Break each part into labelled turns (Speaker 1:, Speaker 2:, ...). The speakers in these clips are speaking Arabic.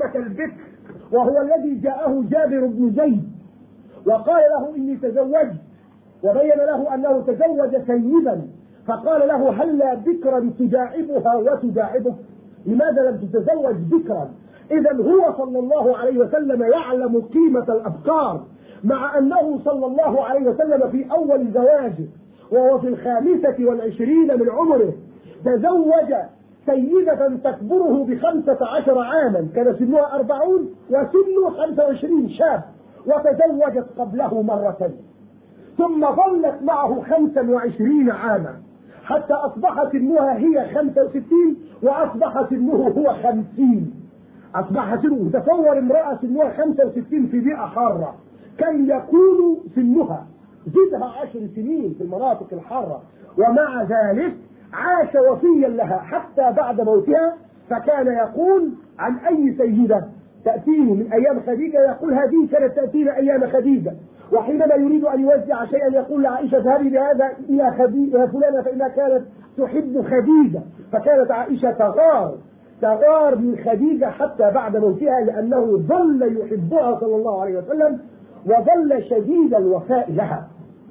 Speaker 1: كلمة البكر، وهو الذي جاءه جابر بن زيد وقال له إني تزوجت، وبين له أنه تزوج سيدا، فقال له هلا بكرا تداعبها وتداعبه، لماذا لم تتزوج بكرا؟ إذا هو صلى الله عليه وسلم يعلم قيمة الأبكار، مع أنه صلى الله عليه وسلم في أول زواجه وهو في 25 من عمره تزوج سيدة تكبره ب15 عاما، كان سنها 40 وسنه 25، شاب، وتزوجت قبله مرتين، ثم ظلت معه 25 عاما حتى أصبح سنها هي 65 وأصبح سنه هو 50. أصبح سنه، تصور امرأة سنها 65 في بيئة حارة، كان يكون سنها زدها 10 سنين في المناطق الحارة، ومع ذلك عاش وفيا لها حتى بعد موتها. فكان يقول عن أي سيدة تأتيه من أيام خديجة يقول هذه كانت تأتينا أيام خديجة، وحينما يريد أن يوزع شيئا يقول لعائشة اذهبي بهذا إلى خديجة يا فلانة فإنها كانت تحب خديجة. فكانت عائشة تغار من خديجة حتى بعد موتها، لأنه ظل يحبها صلى الله عليه وسلم وظل شديد الوفاء لها.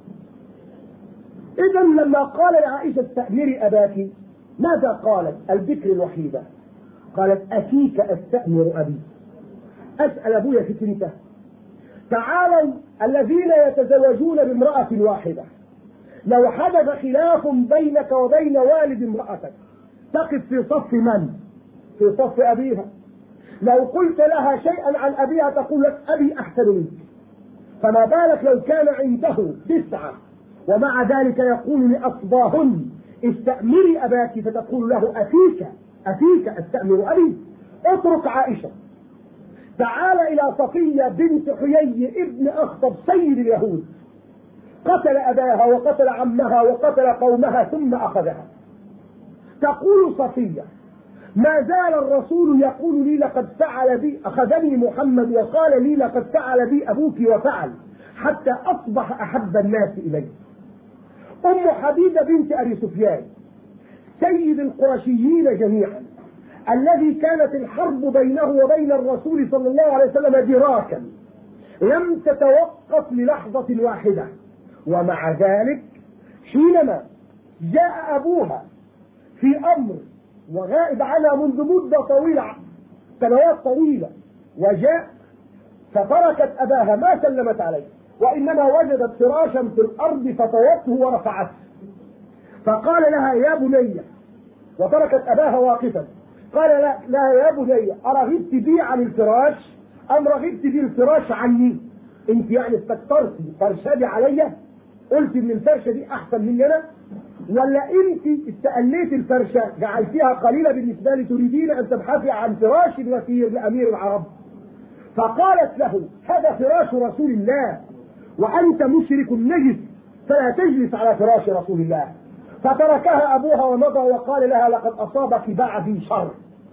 Speaker 1: إذا لما قال لعائشة استأمري أباك، ماذا قالت البكر الوحيدة؟ قالت أفيك أستأمر أبي، أسأل أبويا فكرته. تعالوا الذين يتزوجون بامرأة واحدة، لو حدث خلاف بينك وبين والد امرأتك تقف في صف من؟ في صف أبيها. لو قلت لها شيئا عن أبيها تقول لك أبي أحسن منك، فما بالك لو كان عنده 9 ومع ذلك يقول لأصباهن استأمري أباك، فتقول له أفيك أستأمر أبي. اترك عائشة، تعال إلى صفية بنت حيي ابن أخطب سيد اليهود، قتل أباها وقتل عمها وقتل قومها ثم أخذها. تقول صفية ما زال الرسول يقول لي لقد فعل بي، أخذني محمد وقال لي لقد فعل بي أبوك وفعل، حتى أصبح أحب الناس إلي. أم حبيبة بنت أبي سفيان سيد القرشيين جميعا، الذي كانت الحرب بينه وبين الرسول صلى الله عليه وسلم دراكا لم تتوقف للحظة واحدة، ومع ذلك حينما جاء أبوها في أمر وغائب عنها منذ مدة طويلة، سنوات طويلة، وجاء فتركت أباها ما سلمت عليه، وإنما وجدت فراشا في الأرض فطوته ورفعته، فقال لها يا بني، وتركت أباها واقفا، قال لا يا بني أرغبت بي عن الفراش أم رغبت بي الفراش عني؟ انت يعني استكترتي فرشادي عليا، قلت ان الفرشة دي احسن مني انا، ولا انت استقليت الفرشة جعلتيها قليلة بالنسبة لي تريدين ان تبحثي عن فراش وثير لامير العرب؟ فقالت له هذا فراش رسول الله وانت مشرك نجس، فلا تجلس على فراش رسول الله. فتركها ابوها ومضى وقال لها لقد اصابك بعدي شر.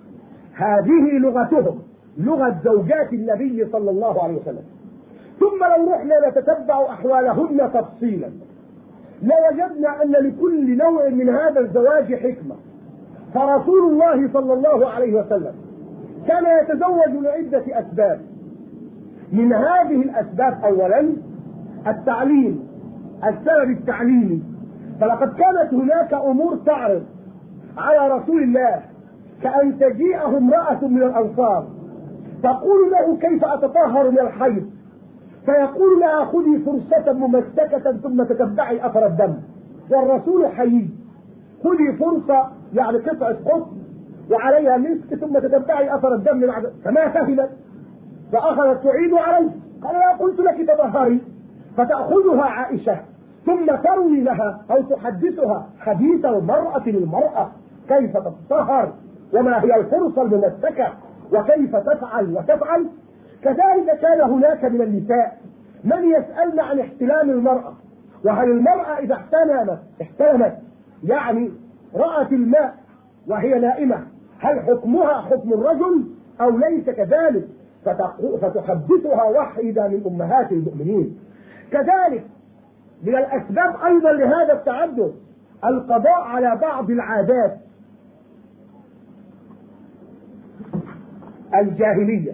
Speaker 1: هذه لغتهم، لغة زوجات النبي صلى الله عليه وسلم. ثم لو رحنا نتتبع احوالهن تفصيلا لوجدنا ان لكل نوع من هذا الزواج حكمة. فرسول الله صلى الله عليه وسلم كان يتزوج لعدة اسباب. من هذه الاسباب اولا التعليم، السبب التعليمي، فلقد كانت هناك امور تعرض على رسول الله، كأن تجيئه امرأة من الانصار تقول له كيف اتطهر من الحيض، فيقول لها خذي فرصة ممسكة ثم تتبعي اثر الدم، والرسول حيي، خذي فرصة يعني قطعة قطن وعليها مسك ثم تتبعي اثر الدم بعد، فما فهمت فاخذت تعيد عليه، قال لا قلت لك تطهري، فتأخذها عائشة ثم تروي لها او تحدثها حديث المرأة للمرأة كيف تطهر وما هي الفرصة الممسكة وكيف تفعل وتفعل. كذلك كان هناك من النساء من يسألن عن احتلام المرأة، وهل المرأة إذا احتلمت يعني رأت الماء وهي نائمة هل حكمها حكم الرجل أو ليس كذلك، فتحدثها واحدة من أمهات المؤمنين. كذلك من الأسباب أيضا لهذا التعدد القضاء على بعض العادات الجاهلية.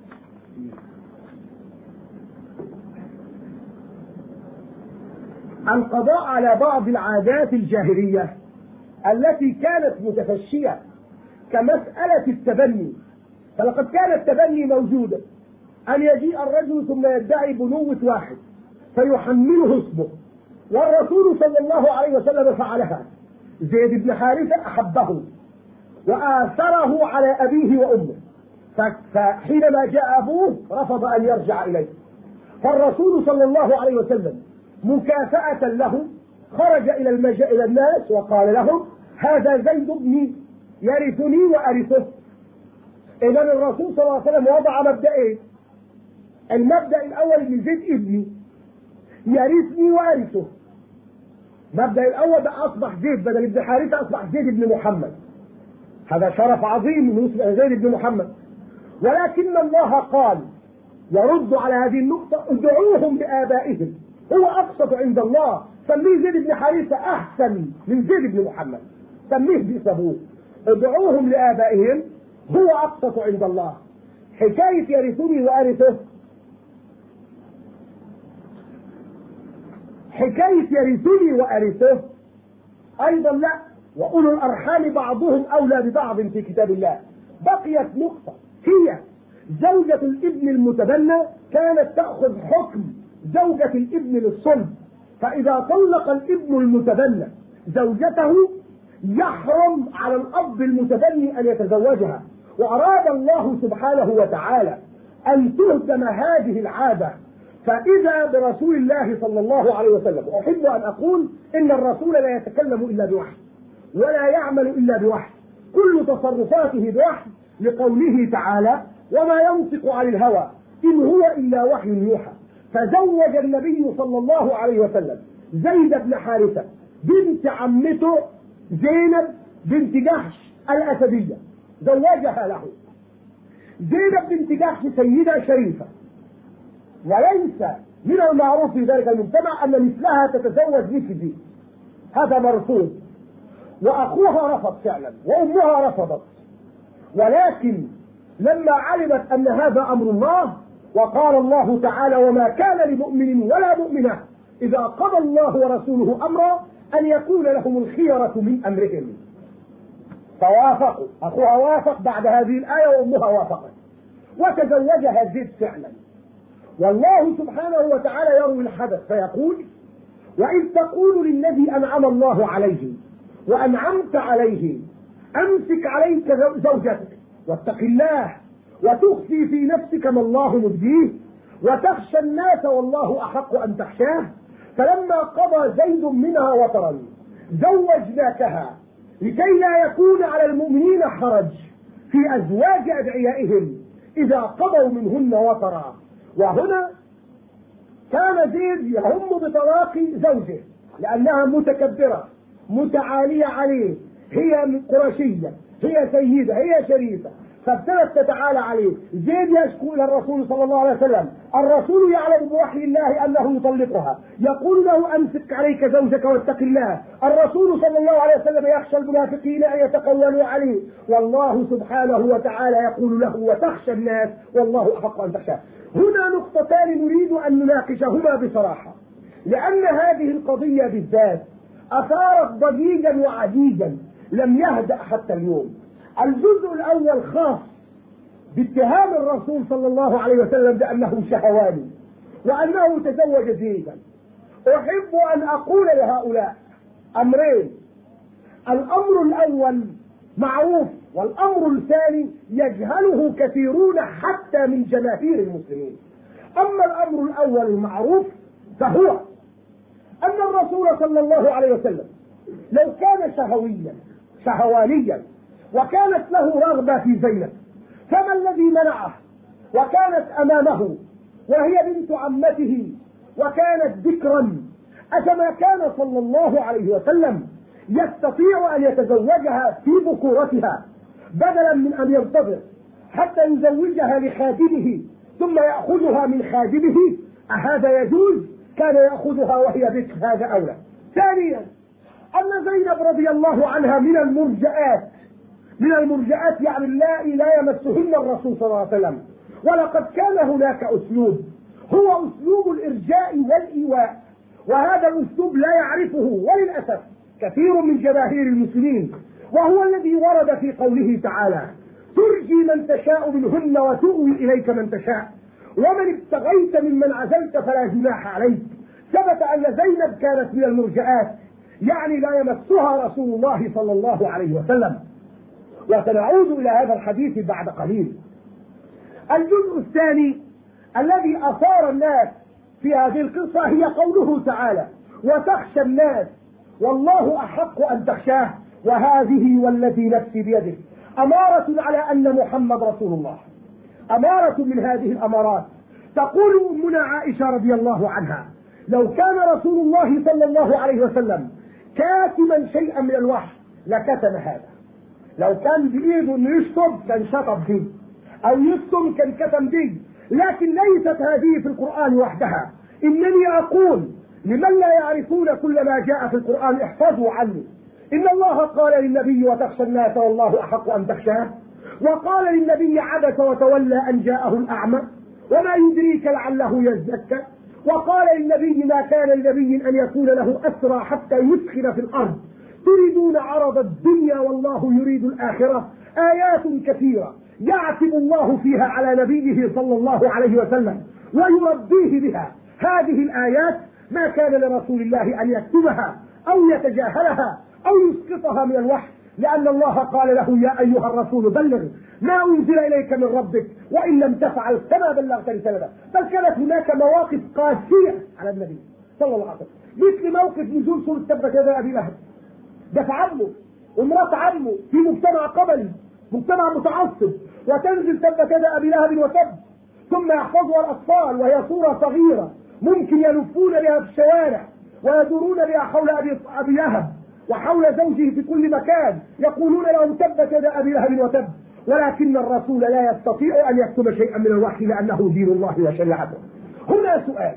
Speaker 1: القضاء على بعض العادات الجاهلية التي كانت متفشية كمسألة التبني، فلقد كان التبني موجودا، أن يجيء الرجل ثم يدعي بنوة واحد فيحمله اسمه، والرسول صلى الله عليه وسلم فعلها. زيد بن حارثة أحبه وآثره على أبيه وأمه، فحينما جاء أبوه رفض أن يرجع إليه، فالرسول صلى الله عليه وسلم مكافأة له خرج إلى الناس وقال لهم: هذا زيد ابني يرثني وأرثه. إذا الرسول صلى الله عليه وسلم وضع مبدئين: المبدأ الأول ان زيد ابني يرثني وأرثه. المبدأ الأول ده أصبح زيد بدل ابن حارثة، أصبح زيد بن محمد. هذا شرف عظيم من يصبح زيد بن محمد. ولكن الله قال يرد على هذه النقطة: ادعوهم لآبائهم هو أقسط عند الله. سميه زيد بن حارثة أحسن من زيد بن محمد، سميه باسمه. ادعوهم لآبائهم هو أقسط عند الله. حكاية يرثني وأرثه، حكاية يرثني وأرثه أيضا لا، وأولو الأرحام بعضهم أولى ببعض في كتاب الله. بقيت نقطة، هي زوجة الابن المتبنى كانت تأخذ حكم زوجة الابن للصلب، فإذا طلق الابن المتبنى زوجته يحرم على الأب المتبني أن يتزوجها. وأراد الله سبحانه وتعالى أن تهدم هذه العادة، فإذا برسول الله صلى الله عليه وسلم. أحب أن أقول إن الرسول لا يتكلم إلا بوحي ولا يعمل إلا بوحي، كل تصرفاته بوحي، لقوله تعالى: وما ينطق عن الهوى إن هو إلا وحي يوحى. فزوج النبي صلى الله عليه وسلم زيد بن حارثة بنت عمته زينب بنت جحش الأسدية، زوجها له. زينب بنت جحش سيدة شريفة، وليس من المعروف في ذلك المجتمع أن مثلها تتزوج مثل، هذا مرفوض. وأخوها رفض فعلا وأمها رفضت، ولكن لما علمت أن هذا أمر الله، وقال الله تعالى: وما كان لمؤمن ولا مؤمنة إذا قضى الله ورسوله أمرا أن يكون لهم الخيرة من أمرهم، فوافقوا. أخوها وافق بعد هذه الآية وأمها وافقت وتزوجها زيد فعلا. والله سبحانه وتعالى يروي الحدث فيقول: وإذ تقول للذي أنعم الله عليه وأنعمت عليه أمسك عليك زوجتك واتق الله وتخفي في نفسك ما الله مبديه وتخشى الناس والله أحق أن تخشاه فلما قضى زيد منها وطرا زوجناكها لكي لا يكون على المؤمنين حرج في أزواج أدعيائهم إذا قضوا منهن وطرا. وهنا كان زيد يهم بطلاق زوجه لأنها متكبرة متعالية عليه، هي قرشية، هي سيدة، هي شريفة، فابتدت تتعالى عليه. زيد يشكو إلى الرسول صلى الله عليه وسلم، الرسول يعلم بوحي الله أنه يطلقها، يقول له أمسك عليك زوجك واتق الله. الرسول صلى الله عليه وسلم يخشى المنافقين أن يتقولوا عليه، والله سبحانه وتعالى يقول له وتخشى الناس والله أحق أن تخشاه. هنا نقطتان نريد أن نناقشهما بصراحة، لأن هذه القضية بالذات أثارت ضجيجا وعجيجا لم يهدأ حتى اليوم. الجزء الأول خاص باتهام الرسول صلى الله عليه وسلم بأنه شهواني وأنه تزوج زيدا. أحب أن أقول لهؤلاء أمرين: الأمر الأول معروف، والأمر الثاني يجهله كثيرون حتى من جماهير المسلمين. أما الأمر الأول المعروف فهو أن الرسول صلى الله عليه وسلم لو كان شهوانيا وكانت له رغبة في زينب، فما الذي منعه؟ وكانت أمامه وهي بنت عمته وكانت ذكرا، أكما كان صلى الله عليه وسلم يستطيع أن يتزوجها في بكورتها بدلا من أن ينتظر حتى يزوجها لخادمه ثم يأخذها من خادمه؟ أهذا يجوز؟ كان يأخذها وهي بكر، هذا أولى. ثانيا، أن زينب رضي الله عنها من المرجئات من المرجئات يعني اللائي لا يمسهن الرسول صلى الله عليه وسلم. ولقد كان هناك أسلوب هو أسلوب الإرجاء والإيواء، وهذا الأسلوب لا يعرفه وللأسف كثير من جماهير المسلمين، وهو الذي ورد في قوله تعالى: ترجي من تشاء منهن وتؤوي إليك من تشاء ومن ابتغيت ممن عزلت فلا جناح عليك. ثبت أن زينب كانت من المرجئات، يعني لا يمسها رسول الله صلى الله عليه وسلم. وسنعود إلى هذا الحديث بعد قليل. الجزء الثاني الذي أثار الناس في هذه القصة هي قوله تعالى: وتخشى الناس والله أحق أن تخشاه وهذه والتي نفسي بيده، أمارة على أن محمد رسول الله، أمارة من هذه الأمارات. تقول أمنا عائشة رضي الله عنها: لو كان رسول الله صلى الله عليه وسلم كاتما شيئا من الوحي لكتم هذا. لو كان بإيده أنه يشطب كان شطب فيه، أو يكتم كان كتم فيه. لكن ليست هذه في القرآن وحدها. إنني أقول لمن لا يعرفون كل ما جاء في القرآن احفظوا عني. إن الله قال للنبي: وتخشى الناس والله أحق أن تخشاه، وقال للنبي: عبس وتولى أن جاءه الأعمى وما يدريك لعله يزكى، وقال للنبي: ما كان لنبي أن يكون له أسرى حتى يسخن في الأرض تريدون عرض الدنيا والله يريد الآخرة. آيات كثيرة يعتب الله فيها على نبيه صلى الله عليه وسلم ويربيه بها. هذه الآيات ما كان لرسول الله أن يكتبها أو يتجاهلها أو يسقطها من الوحي، لأن الله قال له: يا أيها الرسول بلغ ما أنزل إليك من ربك وإن لم تفعل فما بلغت رسالته. بل كانت هناك مواقف قاسية على النبي صلى الله عليه وسلم، مثل موقف نزول سورة تبت يدا أبي لهب. ده في عمه ومرات عمه في مجتمع قبلي، مجتمع متعصب، وتنزل تبت يدا أبي لهب وتب، ثم يحفظها الأطفال وهي صورة صغيرة ممكن يلفون بها في الشوارع ويدورون بها حول أبي لهب وحول زوجه في كل مكان، يقولون له: تبت يدا أبي لهب وتب. ولكن الرسول لا يستطيع أن يكتب شيئا من الوحي لأنه دين الله وشريعته. هنا سؤال: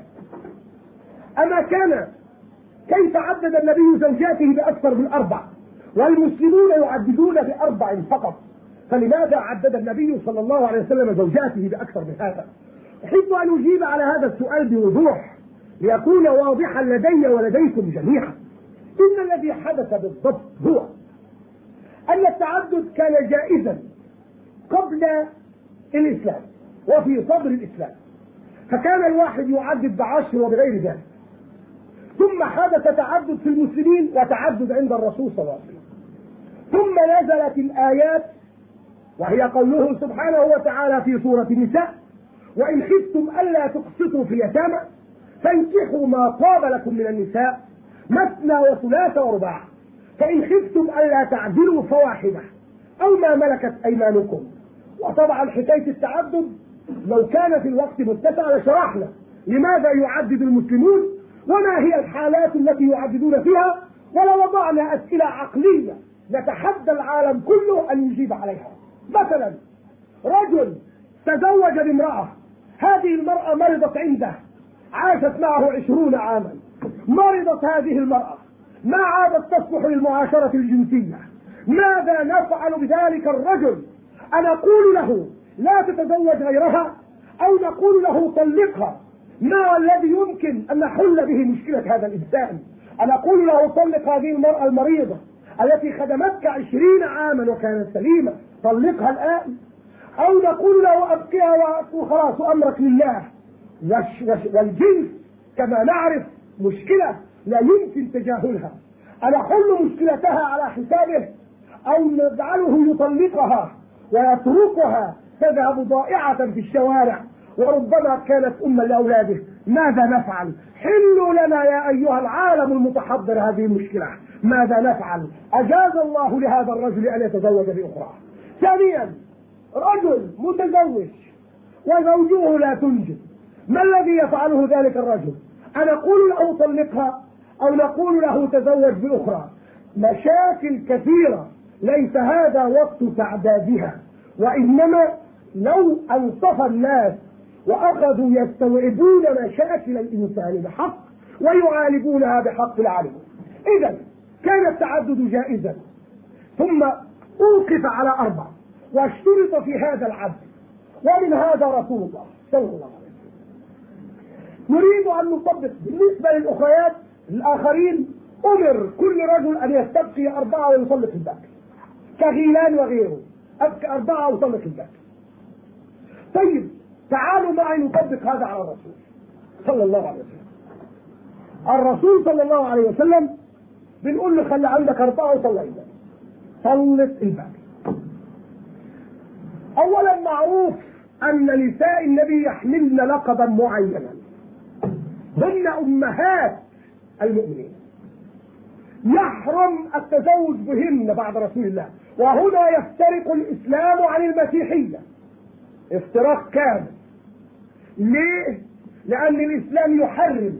Speaker 1: أما كان كيف عدد النبي زوجاته بأكثر من 4 والمسلمون يعددون ب4 فقط؟ فلماذا عدد النبي صلى الله عليه وسلم زوجاته بأكثر من هذا؟ أحب أن أجيب على هذا السؤال بوضوح ليكون واضحا لدي ولديكم جميعا. إن الذي حدث بالضبط هو أن التعدد كان جائزا قبل الإسلام وفي صدر الإسلام، فكان الواحد يعدد ب10 وبغير ذلك. ثم حدث تعدد في المسلمين وتعدد عند الرسول صلى الله عليه وسلم. ثم نزلت الآيات وهي قوله سبحانه وتعالى في سورة النساء: وإن خفتم ألا تقسطوا في اليتامى فانكحوا ما طاب لكم من النساء مثنى وثلاث ورباع فإن خفتم ألا تعدلوا فواحدة أو ما ملكت أيمانكم. وطبعا حكاية التعدد لو كان في الوقت متسع لشرحنا لماذا يعدد المسلمون وما هي الحالات التي يعددون فيها، ولوضعنا أسئلة عقلية نتحدى العالم كله أن يجيب عليها. مثلا رجل تزوج بامرأة، هذه المرأة مرضت عنده، عاشت معه 20 عاما، مرضت هذه المرأة، ما عادت تصلح للمعاشرة الجنسية. ماذا نفعل بذلك الرجل؟ أنقول له لا تتزوج غيرها أو نقول له طلقها؟ ما الذي يمكن أن نحل به مشكلة هذا الإنسان؟ أنقول له طلق هذه المرأة المريضة التي خدمتك 20 عاما وكانت سليمة، طلقها الآن؟ أو نقول له أبقيها وخلاص أمرك لله؟ والجنس كما نعرف مشكلة لا يمكن تجاهلها، أنحل مشكلتها على حسابه أو نجعله يطلقها ويتركها تذهب ضائعة في الشوارع وربما كانت أما لأولاده؟ ماذا نفعل؟ حلوا لنا يا أيها العالم المتحضر هذه المشكلة، ماذا نفعل؟ أجاز الله لهذا الرجل أن يتزوج بأخرى. ثانيا رجل متزوج وزوجه لا تنجب، ما الذي يفعله ذلك الرجل؟ أنقول له طلقها أو نقول له تزوج بأخرى؟ مشاكل كثيرة ليس هذا وقت تعدادها، وإنما لو أنصف الناس وأخذوا يستوعبون مشاكل الإنسان بحق ويعالجونها بحق العالم. إذا كان التعدد جائزا، ثم أوقف على 4 واشترط في هذا العبد، ومن هذا رسول الله صلى الله عليه وسلم. نريد أن نطبق بالنسبة للأخريات الآخرين. أمر كل رجل أن يستبقي 4 ويطلق الباقي، كغيلان وغيره، أبكي 4 وطلق الباقي. طيب تعالوا معي نطبق هذا على الرسول صلى الله عليه وسلم. الرسول صلى الله عليه وسلم بنقول له خلي عندك 4 وطلق الباقي، طلق الباقي. أولا معروف أن نساء النبي يحملن لقبا معينا، هن أمهات المؤمنين، يحرم التزوج بهن بعد رسول الله. وهنا يفترق الإسلام عن المسيحية افتراق كامل. ليه؟ لأن الإسلام يحرم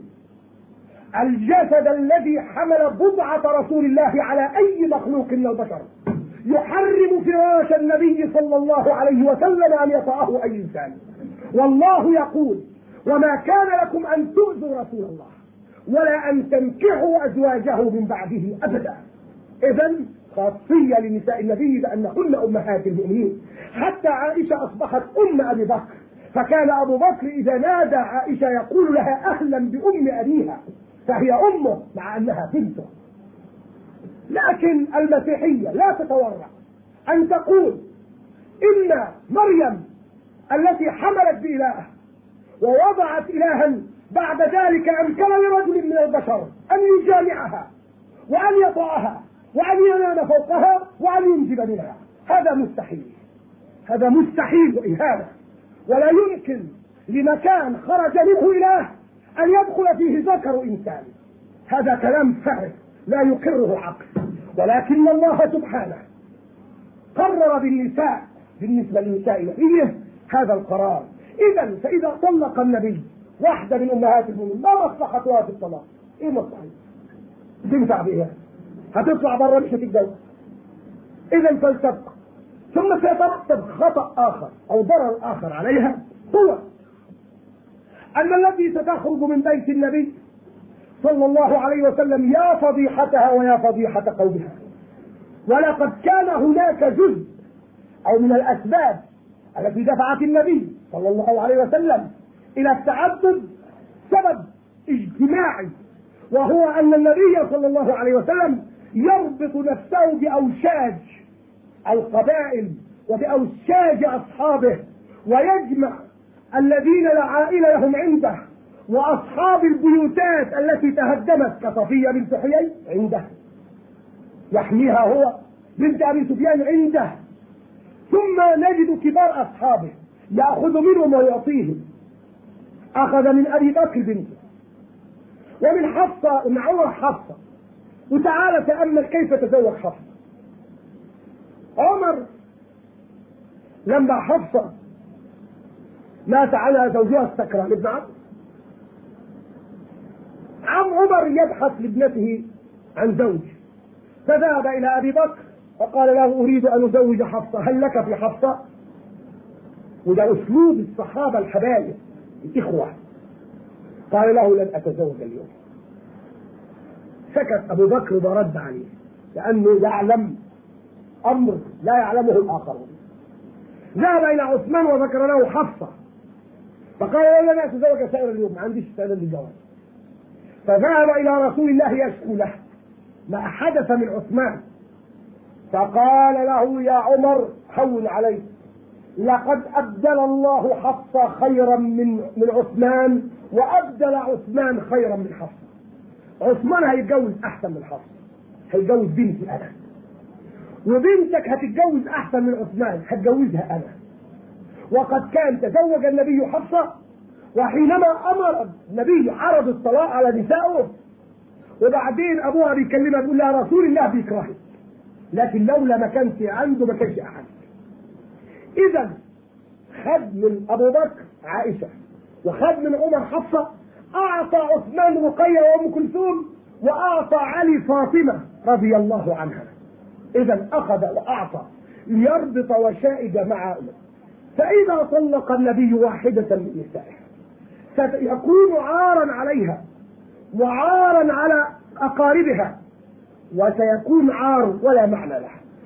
Speaker 1: الجسد الذي حمل بضعة رسول الله على أي مخلوق من البشر، يحرم فراش النبي صلى الله عليه وسلم أن يطأه أي إنسان. والله يقول: وما كان لكم أن تؤذوا رسول الله ولا أن تنكحوا أزواجه من بعده أبدا. إذن خاصية لنساء النبي بأنهن أمهات المؤمنين. حتى عائشة أصبحت أم أبي بكر، فكان أبو بكر إذا نادى عائشة يقول لها أهلا بأم أبيها، فهي أمه مع أنها بنته. لكن المسيحية لا تتورع أن تقول إن مريم التي حملت بإله ووضعت إلها بعد ذلك أمكن لرجل من البشر أن يجامعها وأن يطأها وأن ينام فوقها وأن ينجب منها. هذا مستحيل، هذا مستحيل وإهانة، ولا يمكن لمكان خرج منه إله أن يدخل فيه ذكر إنسان. هذا كلام فارغ لا يقره عقل. ولكن الله سبحانه قرر بالنساء بالنسبة لنساء نبيه هذا القرار. إذا فإذا طلق النبي واحدة من أمهات المؤمنين ما مصلحتها في الطلاق؟ إيه مصلحتها؟ تنفع بإيه؟ هتطلع بره مش هتتجوز. إذا فلتبقى. ثم سيترتب خطأ آخر أو ضرر آخر عليها، هو أن التي ستخرج من بيت النبي صلى الله عليه وسلم يا فضيحتها ويا فضيحة قومها. ولقد كان هناك جزء أو من الأسباب التي دفعت النبي صلى الله عليه وسلم إلى التعدد سبب اجتماعي، وهو أن النبي صلى الله عليه وسلم يربط نفسه بأوشاج القبائل وبأوشاج أصحابه، ويجمع الذين لا عائلة لهم عنده وأصحاب البيوتات التي تهدمت كصفية بنت حيي عنده، يحميها هو، بنت أبي سفيان عنده. ثم نجد كبار أصحابه يأخذ منهم ويعطيهم. أخذ من أبي بكر بنته ومن حفصة ومن عمر حفصة. وتعالى تأمل كيف تزوج حفصة. عمر لما حفصة مات على زوجها السكران ابن عم عمر يبحث لابنته عن زوج، فذهب إلى أبي بكر فقال له أريد أن أزوج حفصة، هل لك في حفصة؟ وده أسلوب الصحابة الحبايب الإخوة. قال له لن أتزوج اليوم. سكت أبو بكر ورد عليه لأنه يعلم أمر لا يعلمه الآخرون. ذهب إلى عثمان وذكر له حفصة فقال له لن أتزوج سائر اليوم، ما عنديش استعداد للجواز. فذهب إلى رسول الله يشكو له ما حدث من عثمان، فقال له يا عمر هون عليك، لقد أبدل الله حفصة خيرا من عثمان، وأبدل عثمان خيرا من حفصة. عثمان هيتجوز أحسن من حفصة، هيتجوز بنتي أنا، وبنتك هتتجوز أحسن من عثمان، هتجوزها أنا. وقد كان تزوج النبي حفصة، وحينما أمر النبي عرض الطلاق على نسائه، وبعدين أبوها بيكلمها بيقول لها رسول الله بيكرهك، لكن لولا ما كانش عنده ما كانش أحد. إذا خد من أبو بكر عائشة وخد من عمر حفصة، أعطى عثمان رقية وأم كلثوم، وأعطى علي فاطمة رضي الله عنها. إذا أخذ وأعطى ليربط وشائج مع فإذا طلق النبي واحدة من نسائه سيكون عارا عليها وعارا على أقاربها، وسيكون عار ولا معنى له.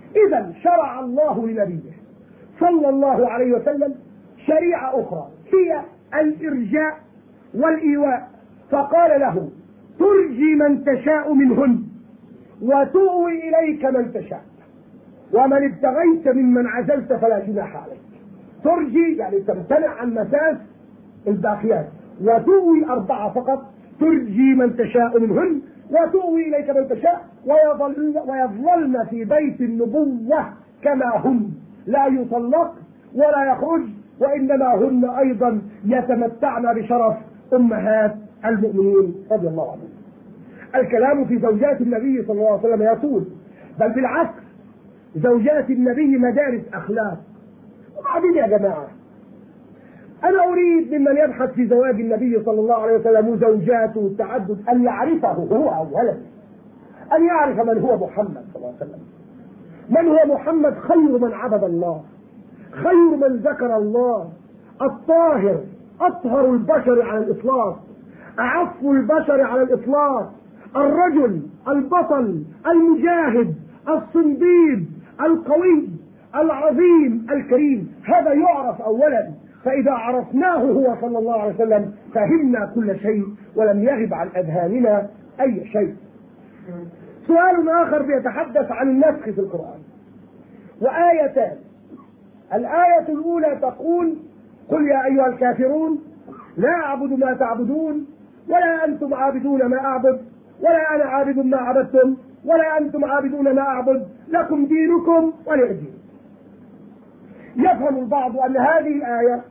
Speaker 1: إذا شرع الله لنبيه صلى الله عليه وسلم شريعة أخرى هي الإرجاء والإيواء، فقال له ترجي من تشاء منهن وتؤوي إليك من تشاء ومن ابتغيت ممن عزلت فلا جناح عليك. ترجي يعني تمتنع عن مساس الباقيات، وتؤوي 4 فقط، ترجي من تشاء منهن وتؤوي إليك من تشاء ويظللن في بيت النبوة كما هم، لا يطلق ولا يخرج، وإنما هن أيضا يتمتعن بشرف أمهات المؤمنين رضي الله عنهم. الكلام في زوجات النبي صلى الله عليه وسلم يطول، بل بالعكس زوجات النبي مدارس أخلاق. وبعدين يا جماعة أنا أريد ممن يبحث في زواج النبي صلى الله عليه وسلم وزوجاته والتعدد أن يعرفه هو أولا، أن يعرف من هو محمد صلى الله عليه وسلم. من هو محمد؟ خير من عبد الله، خير من ذكر الله، الطاهر، أطهر البشر على الإطلاق، أعف البشر على الإطلاق، الرجل البطل المجاهد الصنديد القوي العظيم الكريم. هذا يعرف أولا، فإذا عرفناه هو صلى الله عليه وسلم فهمنا كل شيء ولم يغب عن أذهاننا أي شيء. سؤال آخر بيتحدث عن النسخ في القرآن، وآيتان. الآية الأولى تقول قل يا أيها الكافرون لا أعبد ما تعبدون ولا أنتم عابدون ما أعبد ولا أنا عابد ما عبدتم ولا أنتم عابدون ما أعبد لكم دينكم ولي دين. يفهم البعض أن هذه الآية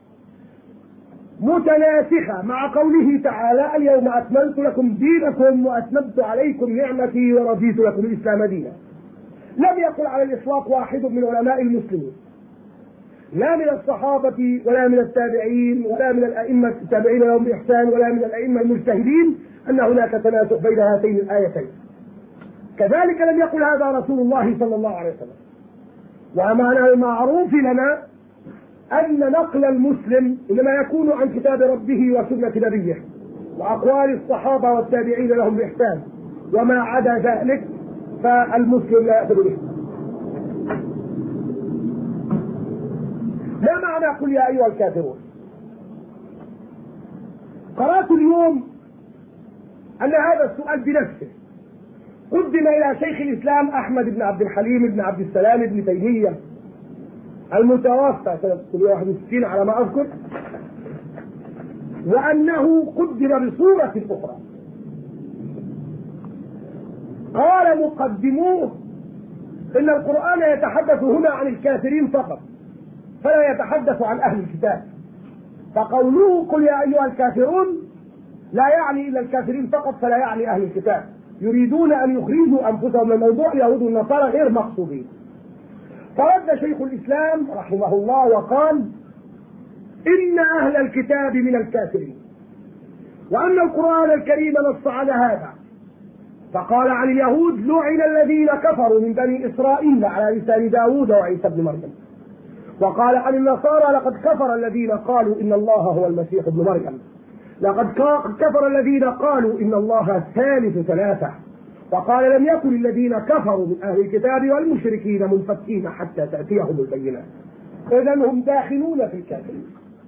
Speaker 1: متناسخة مع قوله تعالى اليوم أكملت لكم دينكم وأتممت عليكم نعمتي ورضيت لكم الإسلام دينا. لم يقل على الإطلاق واحد من علماء المسلمين، لا من الصحابة ولا من التابعين ولا من الأئمة التابعين لهم بإحسان ولا من الأئمة المجتهدين أن هناك تناسخ بين هاتين الآيتين. كذلك لم يقل هذا رسول الله صلى الله عليه وسلم. ومعنى المعروف لنا أن نقل المسلم إنما يكون عن كتاب ربه وسنة نبيه وأقوال الصحابة والتابعين لهم بإحسان، وما عدا ذلك فالمسلم لا يأخذ به. ما معنى قل يا أيها الكافرون؟ قرأت اليوم أن هذا السؤال بنفسه قدم إلى شيخ الإسلام أحمد بن عبد الحليم بن عبد السلام بن تيمية المتوفى سنة 61 على ما أذكر، وأنه قدم بصورة أخرى. قال مقدموه إن القرآن يتحدث هنا عن الكافرين فقط فلا يتحدث عن أهل الكتاب، فقوله قل يا أيها الكافرون لا يعني إلا الكافرين فقط فلا يعني أهل الكتاب. يريدون أن يخرجوا أنفسهم من موضوع اليهود والنصارى غير مقصودين. فرد شيخ الإسلام رحمه الله وقال إن أهل الكتاب من الكافرين، وأن القرآن الكريم نص على هذا. فقال عن اليهود لعن الذين كفروا من بني إسرائيل على لسان داود وعيسى بن مريم. وقال عن النصارى لقد كفر الذين قالوا إن الله هو المسيح ابن مريم. لقد كفر الذين قالوا إن الله ثالث ثلاثة. وقال لم يكن الذين كفروا من أهل الكتاب والمشركين منفكين حتى تأتيهم البينات. إذن هم داخلون في الكافرين.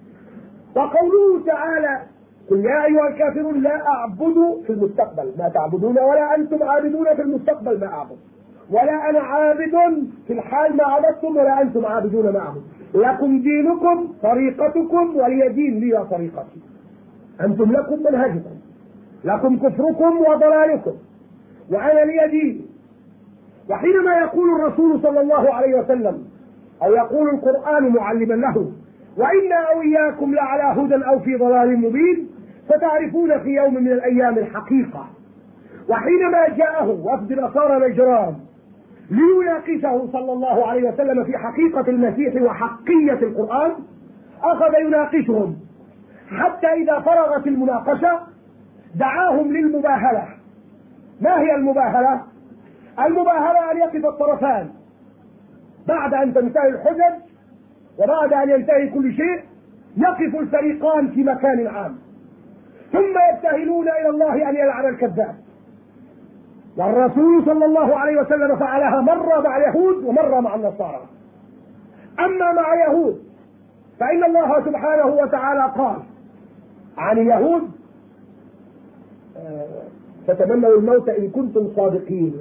Speaker 1: وقوله تعالى قل يا أيها الكافرون لا أعبد في المستقبل ما تعبدون ولا أنتم عابدون في المستقبل ما أعبد ولا أنا عابد في الحال ما عبدتم ولا أنتم عابدون ما أعبد لكم دينكم طريقتكم ولي دين لي طريقتي. أنتم لكم منهجكم، لكم كفركم وضلالكم وأنا لي دين. وحينما يقول الرسول صلى الله عليه وسلم أو يقول القرآن معلما له وإنا أو إياكم لعلى هدى أو في ضلال مبين، فتعرفون في يوم من الأيام الحقيقة. وحينما جاءه وفد نصارى نجران ليناقشه صلى الله عليه وسلم في حقيقة المسيح وحقية القرآن أخذ يناقشهم حتى إذا فرغت المناقشة دعاهم للمباهلة. ما هي المباهلة؟ المباهلة أن يقف الطرفان بعد أن تنتهي الحجج وبعد أن ينتهي كل شيء يقف الفريقان في مكان عام ثم يبتهلون إلى الله أن يلعن الكذاب. والرسول صلى الله عليه وسلم فعلها مرة مع اليهود ومرة مع النصارى. أما مع اليهود فإن الله سبحانه وتعالى قال عن اليهود فتمنوا الموت إن كنتم صادقين،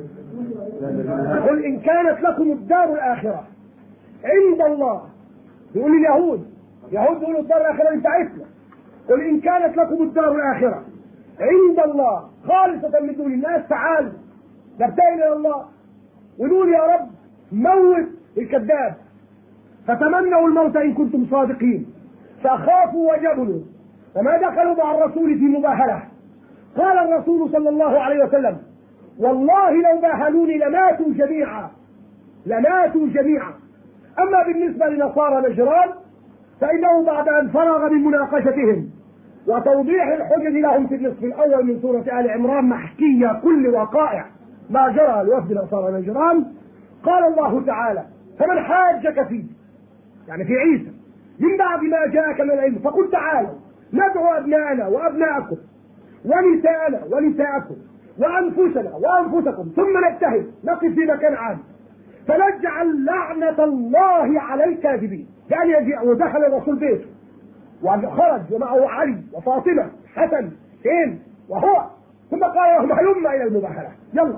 Speaker 1: قل إن كانت لكم الدار الآخرة عند الله. يقول اليهود يقولوا الدار الآخرة بتاعتنا، قل إن كانت لكم الدار الآخرة عند الله خالصة من دون الناس تعالوا نبتهل إلى الله ونقول يا رب موت الكذاب. فتمنوا الموت إن كنتم صادقين، فخافوا وجبنوا وما دخلوا مع الرسول في مباهلة. قال الرسول صلى الله عليه وسلم والله لو باهلوني لماتوا جميعا، لماتوا جميعا. أما بالنسبة لنصارى نجران فإنه بعد أن فرغ من مناقشتهم وتوضيح الحجج لهم في النصف الأول من سورة آل عمران محكية كل وقائع ما جرى لوفد نصارى نجران، قال الله تعالى فمن حاجك فيه، يعني في عيسى، من بعد ما جاءك من العلم فقل تعالوا ندعو أبناءنا وأبناءكم ونساءنا ونساءكم وأنفسنا وأنفسكم ثم نجتهد نقف في مكان عام فنجعل لعنة الله على الكاذبين. يعني يجي ودخل الرسول بيته وخرج ومعه علي وفاطمة حسن حسين وهو، ثم قال لهم هلم إلى المباهلة يلا،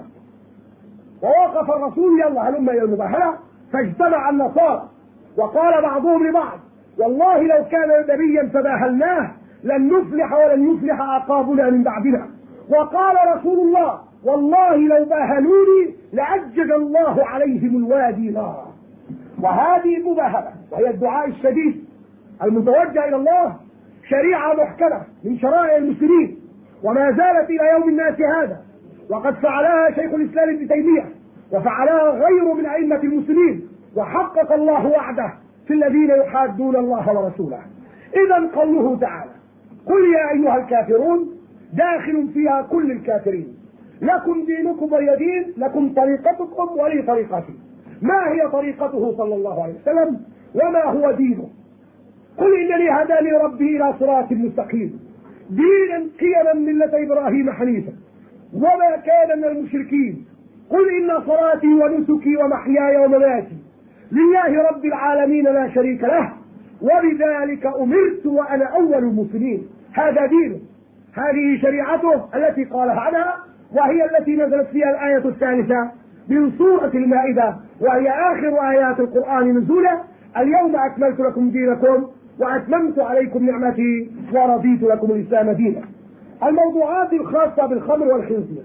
Speaker 1: ووقف الرسول يلا هلم إلى المباهلة. فاجتمع النصارى وقال بعضهم لبعض والله لو كان نبيا فباهلناه لن نفلح ولن يفلح عقابنا من بعدنا. وقال رسول الله والله لو باهلوني لعجز الله عليهم الوادي نارا. وهذه المباهلة وهي الدعاء الشديد المتوجه إلى الله شريعة محكمة من شرائع المسلمين وما زالت إلى يوم الناس هذا، وقد فعلها شيخ الإسلام ابن تيمية وفعلها غير من أئمة المسلمين، وحقق الله وعده في الذين يحادون الله ورسوله. إذا قوله تعالى قل يا أيها الكافرون داخل فيها كل الكافرين، لكم دينكم ولي دين، لكم طريقتكم ولي طريقتي. ما هي طريقته صلى الله عليه وسلم وما هو دينه؟ قل إنني هداني ربي إلى صراط مستقيم دينا قيما ملة إبراهيم حنيفا وما كان من المشركين. قل إن صلاتي ونسكي ومحياي ومماتي لله رب العالمين لا شريك له وبذلك أمرت وأنا أول المسلمين. هذا دينه، هذه شريعته التي قالها عنها، وهي التي نزلت فيها الآية الثالثة من سورة المائدة وهي آخر آيات القرآن نزولا: اليوم أكملت لكم دينكم وأتممت عليكم نعمتي ورضيت لكم الإسلام دينا. الموضوعات الخاصة بالخمر والخنزير،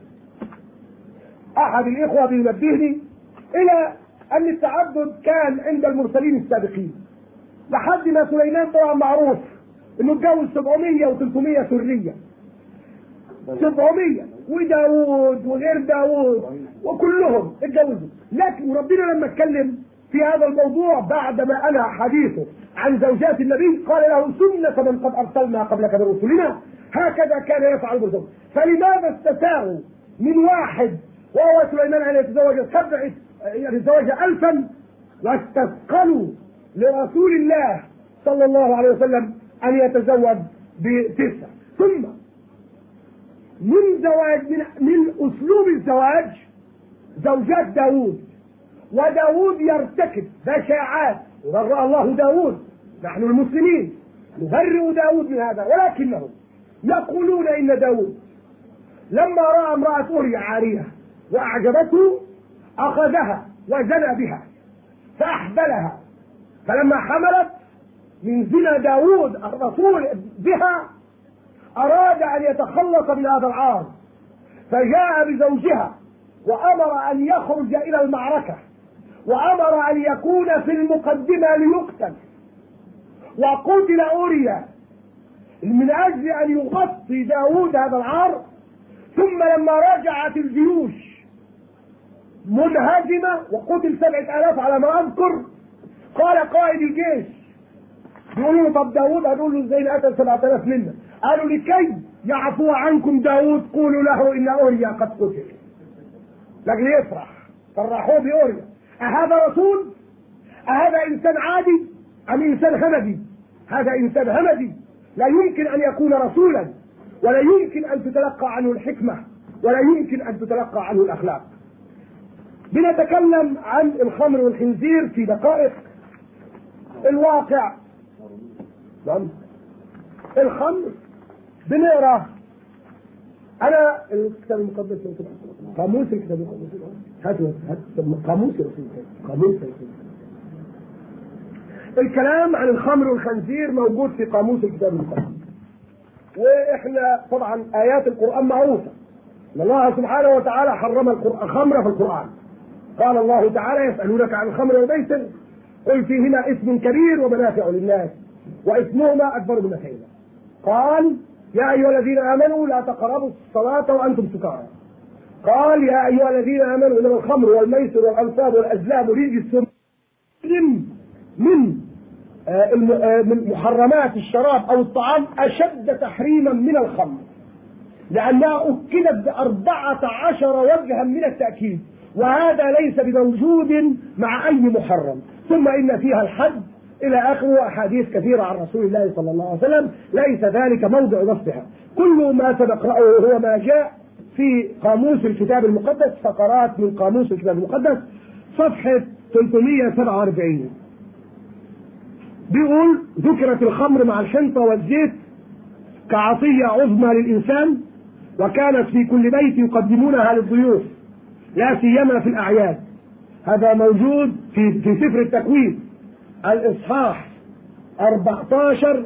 Speaker 1: أحد الإخوة بينبهني إلى أن التعدد كان عند المرسلين السابقين لحد ما سليمان طبعا معروف إنه اتجوز 700 و300 سرية، 700 وداود وغير داود وكلهم اتجوزوا. لكن ربنا لما اتكلم في هذا الموضوع بعدما أنهى حديثه عن زوجات النبي قال له سنة من قد أرسلنا قبلك من رسلنا هكذا كان يفعل بالزوج. فلماذا استساغوا من واحد وهو سليمان أن يتزوج 1000 واستثقلوا لرسول الله صلى الله عليه وسلم أن يتزوج ب9؟ ثم من أسلوب الزواج زوجات داود، وداود يرتكب بشاعات وبرأ الله داود، نحن المسلمين نبرئ داود من هذا، ولكنهم يقولون إن داود لما رأى امرأة أوريا عارية وأعجبته أخذها وزنى بها فأحبلها، فلما حملت من زنا داود الرسول بها أراد أن يتخلص من هذا العار فجاء بزوجها وأمر أن يخرج إلى المعركة وأمر أن يكون في المقدمة ليقتل، وقتل أوريا من أجل أن يغطي داود هذا العار. ثم لما رجعت الجيوش منهزمة وقتل 7000 على ما أذكر، قال قائد الجيش يقولوا له طب داود، قالوا له زي قتل 7000 منا، قالوا لكي يعفو عنكم داود قولوا له إن أوريا قد قتل، لكن يفرح فرحوه بأوريا. أهذا رسول؟ أهذا إنسان عادي أم إنسان همدي؟ هذا إنسان همدي لا يمكن أن يكون رسولا ولا يمكن أن تتلقى عنه الحكمة ولا يمكن أن تتلقى عنه الأخلاق. بنتكلم عن الخمر والخنزير في دقائق. الواقع الخمر بنقرا انا الكتاب المقدس قاموس الكتاب المقدس هات قاموس قاموس الكلام عن الخمر والخنزير موجود في قاموس الكتاب المقدس. واحنا طبعا ايات القران معروفه ان الله سبحانه وتعالى حرم الخمر في القران. قال الله تعالى يسالونك عن الخمر والميسر قل فيهما اسم كبير ومنافع للناس واثمهما اكبر من نفعهما. قال يا ايها الذين امنوا لا تقربوا الصلاه وانتم سكارى. قال يا ايها الذين امنوا انما الخمر والميسر والانصاب والازلام رجس من محرمات الشراب او الطعام اشد تحريما من الخمر لانها اكدت ب14 وجها من التاكيد، وهذا ليس بموجود مع اي محرم. ثم ان فيها الحد الى اخره، احاديث كثيره عن رسول الله صلى الله عليه وسلم، ليس ذلك موضع بسطها. كل ما سنقراه هو ما جاء في قاموس الكتاب المقدس، فقرات من قاموس الكتاب المقدس صفحه 347 بيقول ذكرت الخمر مع الحنطه والزيت كعطيه عظمى للانسان، وكانت في كل بيت يقدمونها للضيوف لا سيما في الاعياد. هذا موجود في سفر التكوين الاصحاح 14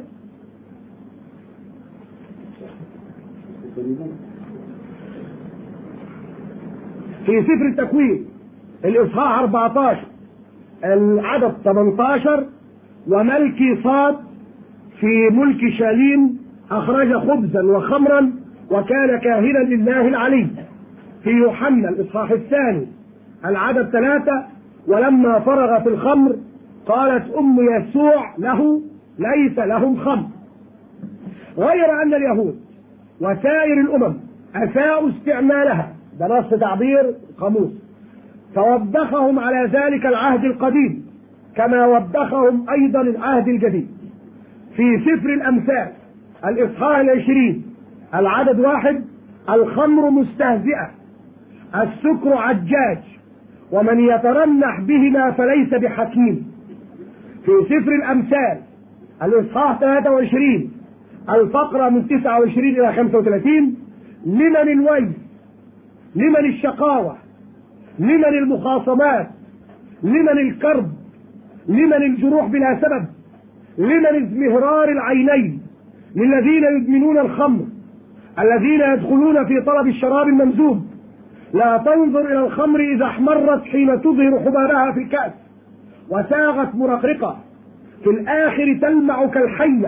Speaker 1: في سفر التكوين الاصحاح 14 العدد 18 وملكي صاد في ملك شاليم اخرج خبزا وخمرا وكان كاهنا لله العلي. في يوحنا الاصحاح الثاني العدد 3 ولما فرغت الخمر قالت ام يسوع له ليس لهم خمر. غير ان اليهود وسائر الامم اساءوا استعمالها، ده نص تعبير قاموس، فوبخهم على ذلك العهد القديم كما وبخهم ايضا العهد الجديد. في سفر الامثال الاصحاح 20 العدد 1 الخمر مستهزئه السكر عجاج ومن يترنح بهما فليس بحكيم. في سفر الامثال الاصحاح 23 الفقره من 29 الى 35 لمن الويل، لمن الشقاوه، لمن المخاصمات، لمن الكرب، لمن الجروح بلا سبب، لمن ازمهرار العينين، للذين يدمنون الخمر، الذين يدخلون في طلب الشراب الممزوج. لا تنظر الى الخمر اذا احمرت حين تظهر حبابها في الكأس وساغت مرقرقة، في الاخر تلمع كالحية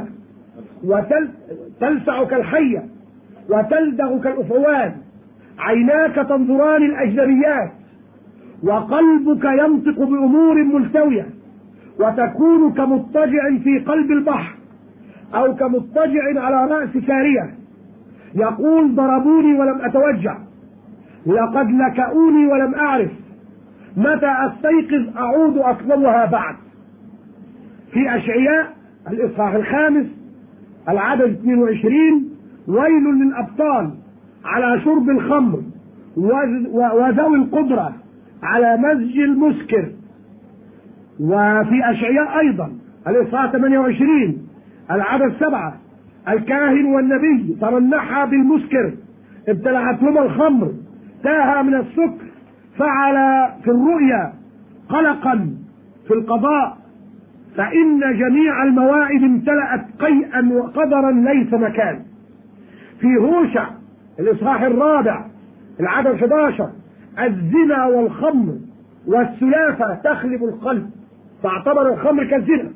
Speaker 1: وتلسع كالحية وتلدغ كالأفعوان، عيناك تنظران الاجنبيات وقلبك ينطق بامور ملتوية، وتكون كمضطجع في قلب البحر او كمضطجع على رأس سارية يقول ضربوني ولم اتوجع، لقد لكؤوني ولم اعرف، متى استيقظ اعود اطلبها بعد. في اشعياء الاصحاح الخامس العدد 22 ويل للابطال على شرب الخمر وذوي القدرة على مزج المسكر. وفي اشعياء ايضا الاصحاح 28 العدد 7 الكاهن والنبي ترنحا بالمسكر ابتلعتهما الخمر تاها من السكر فعل في الرؤيا قلقا في القضاء، فإن جميع المواعظ امتلأت قيئا وقدرا ليس مكان. في هوشع الإصحاح الرابع العدد 11 الزنا والخمر والسلافة تخلب القلب، فاعتبر الخمر كالزنا.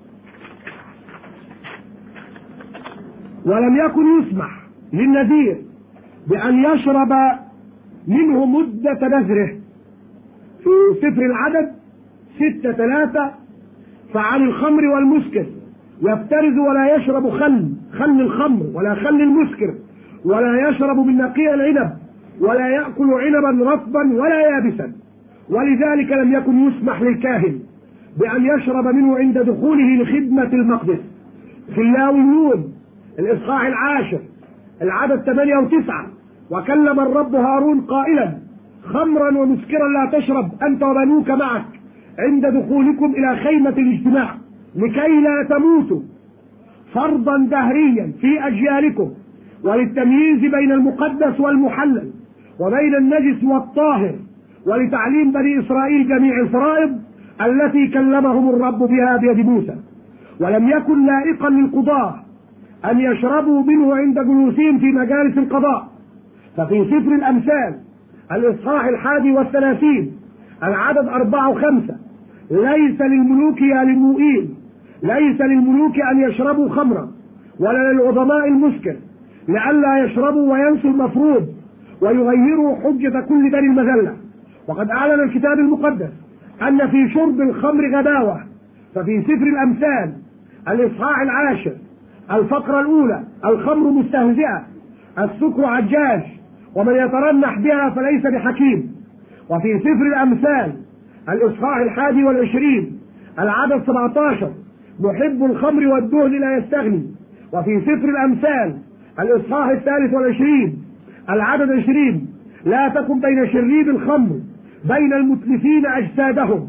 Speaker 1: ولم يكن يسمح للنذير بأن يشرب منه مدة نذره. في سفر العدد 6:3 فعن الخمر والمسكر يفترز ولا يشرب خل الخمر ولا خل المسكر، ولا يشرب من نقيع العنب، ولا يأكل عنبا رطبا ولا يابسا. ولذلك لم يكن يسمح للكاهن بأن يشرب منه عند دخوله لخدمة المقدس. في اللاويون الإصحاح 10 العدد 8 و9 وكلم الرب هارون قائلا: خمرا ومسكرا لا تشرب أنت وبنوك معك عند دخولكم إلى خيمة الاجتماع لكي لا تموتوا، فرضا دهريا في أجيالكم، وللتمييز بين المقدس والمحلل وبين النجس والطاهر، ولتعليم بني إسرائيل جميع الفرائض التي كلمهم الرب بها بيد موسى. ولم يكن لائقا للقضاة أن يشربوا منه عند جلوسهم في مجالس القضاء. ففي سفر الأمثال الإصحاح 31 العدد 4 و5: ليس للملوك يا للمؤيل، ليس للملوك أن يشربوا خمرا، ولا للعظماء المسكر، لئلا يشربوا وينسوا المفروض ويغيروا حجة كل بني المذلة. وقد أعلن الكتاب المقدس أن في شرب الخمر غباوة. ففي سفر الأمثال الإصحاح 10 الفقرة الأولى: الخمر مستهزئة، السكر عجاج، ومن يترنح بها فليس بحكيم. وفي سفر الأمثال الإصحاح 21 العدد 17: محب الخمر والدهن لا يستغني. وفي سفر الأمثال الإصحاح 23 العدد 20: لا تكن بين شريب الخمر بين المتلفين أجسادهم.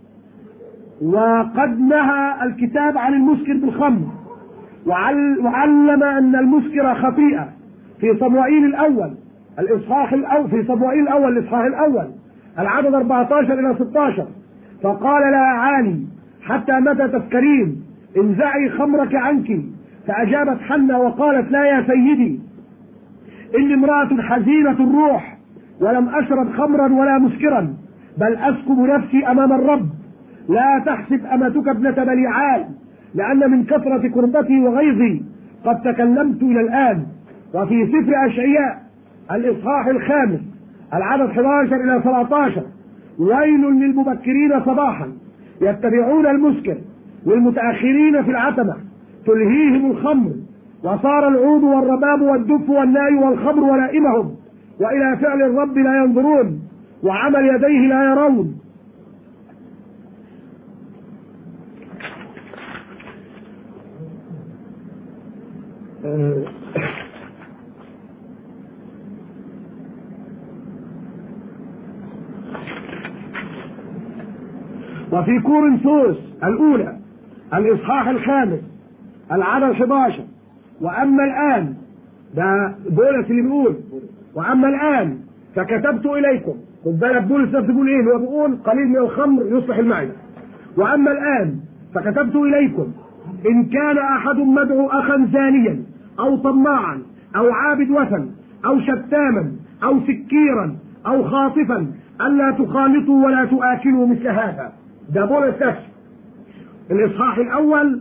Speaker 1: وقد نهى الكتاب عن المسكر بالخمر، وعلم أن المسكر خطيئة في صموئيل الأول الإصحاح الأول، في صموئيل الأول الإصحاح الأول العدد 14 إلى 16: فقال لها عالي: حتى متى تسكرين؟ انزعي خمرك عنك. فأجابت حنة وقالت: لا يا سيدي، إني امرأة حزينة الروح، ولم أشرب خمرا ولا مسكرا، بل أسكب نفسي أمام الرب. لا تحسب أمتك ابنة بليعال، لأن من كثرة كربتي وغيظي قد تكلمت إلى الآن. وفي سفر أشعياء الإصحاح 5 العدد 11 إلى 13: ويل للمبكرين صباحا يتبعون المسكر، للمتأخرين في العتمة تلهيهم الخمر، وصار العود والرباب والدف والناي والخمر ولائمهم، وإلى فعل الرب لا ينظرون، وعمل يديه لا يرون. وفي كورنثوس الأولى الإصحاح 5 العدد 11: وأما الآن، ده بولس اللي بيقول: وأما الآن فكتبت إليكم. خد بالك بولس نفسه بيقول إيه؟ هو بيقول قليل من الخمر يصلح المعدة. وأما الآن فكتبت إليكم إن كان أحد مدعو أخا زانيا أو طماعا أو عابد وثن أو شتاما أو سكيرا أو خاطفا ألا تخالطوا ولا تآكلوا مثل هذا. ده بولس نفسه الإصحاح الأول.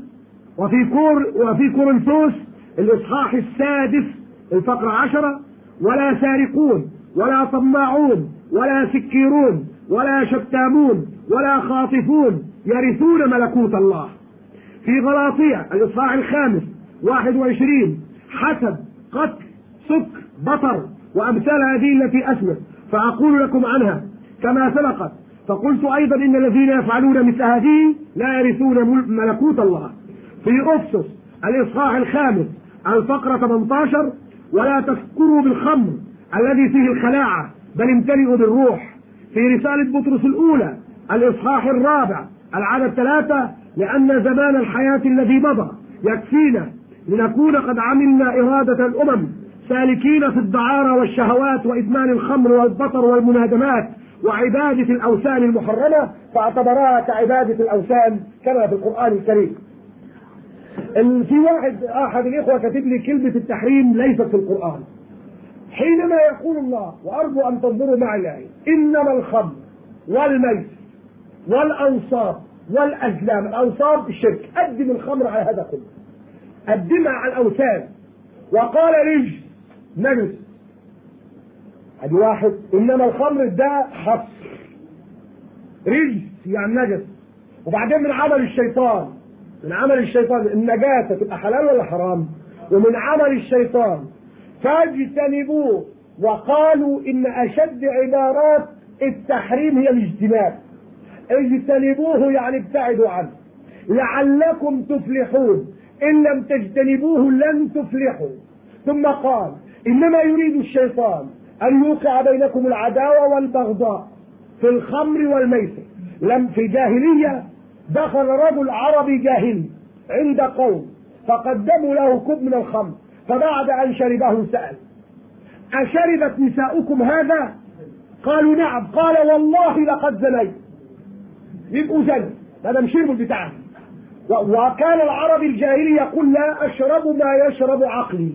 Speaker 1: وفي كورنثوس الإصحاح 6 الفقرة 10: ولا سارقون ولا طماعون ولا سكيرون ولا شتامون ولا خاطفون يرثون ملكوت الله. في غلاطية الإصحاح 5 21: حسد، قتل، سكر، بطر، وأمثال هذه التي أسمع فأقول لكم عنها كما سبقت. فقلت أيضا إن الذين يفعلون مثل هذه لا يرثون ملكوت الله. في أفسس الإصحاح 5 الفقرة 18: ولا تسكروا بالخمر الذي فيه الخلاعة، بل امتلئوا بالروح. في رسالة بطرس الأولى الإصحاح 4 العدد 3: لأن زمان الحياة الذي مضى يكفينا لنكون قد عملنا إرادة الأمم، سالكين في الدعارة والشهوات وإدمان الخمر والبطر والمنادمات وعبادة الأوثان المحرمة، فاعتبرها كعبادة الأوثان كما في القرآن الكريم. في أحد الإخوة كتب لي كلمة التحريم ليست في القرآن. حينما يقول الله، وأرجو أن تنظروا معي الآية: إنما الخمر والميسر والأنصاب والأزلام. الأنصاب الشرك، قدم الخمر على هذا كله، قدمها على الأوثان، وقال رجس نجس. ادي واحد. انما الخمر ده حصر، رجس يعني نجس. وبعدين من عمل الشيطان، من عمل الشيطان النجاسة تبقى حلال ولا حرام؟ ومن عمل الشيطان فاجتنبوه. وقالوا ان اشد عبارات التحريم هي الاجتناب. اجتنبوه يعني ابتعدوا عنه لعلكم تفلحون، ان لم تجتنبوه لن تفلحوا. ثم قال: إنما يريد الشيطان أن يوقع بينكم العداوة والبغضاء في الخمر والميسر. في الجاهلية دخل رجل عربي جاهلي عند قوم فقدموا له كوب من الخمر، فبعد أن شربه سأل: أشربت نساؤكم هذا؟ قالوا نعم. قال: والله لقد زنيت. يبقوا زنوا هذا مشربوا البتاع. وكان العربي الجاهلي يقول: لا أشرب ما يشرب عقلي.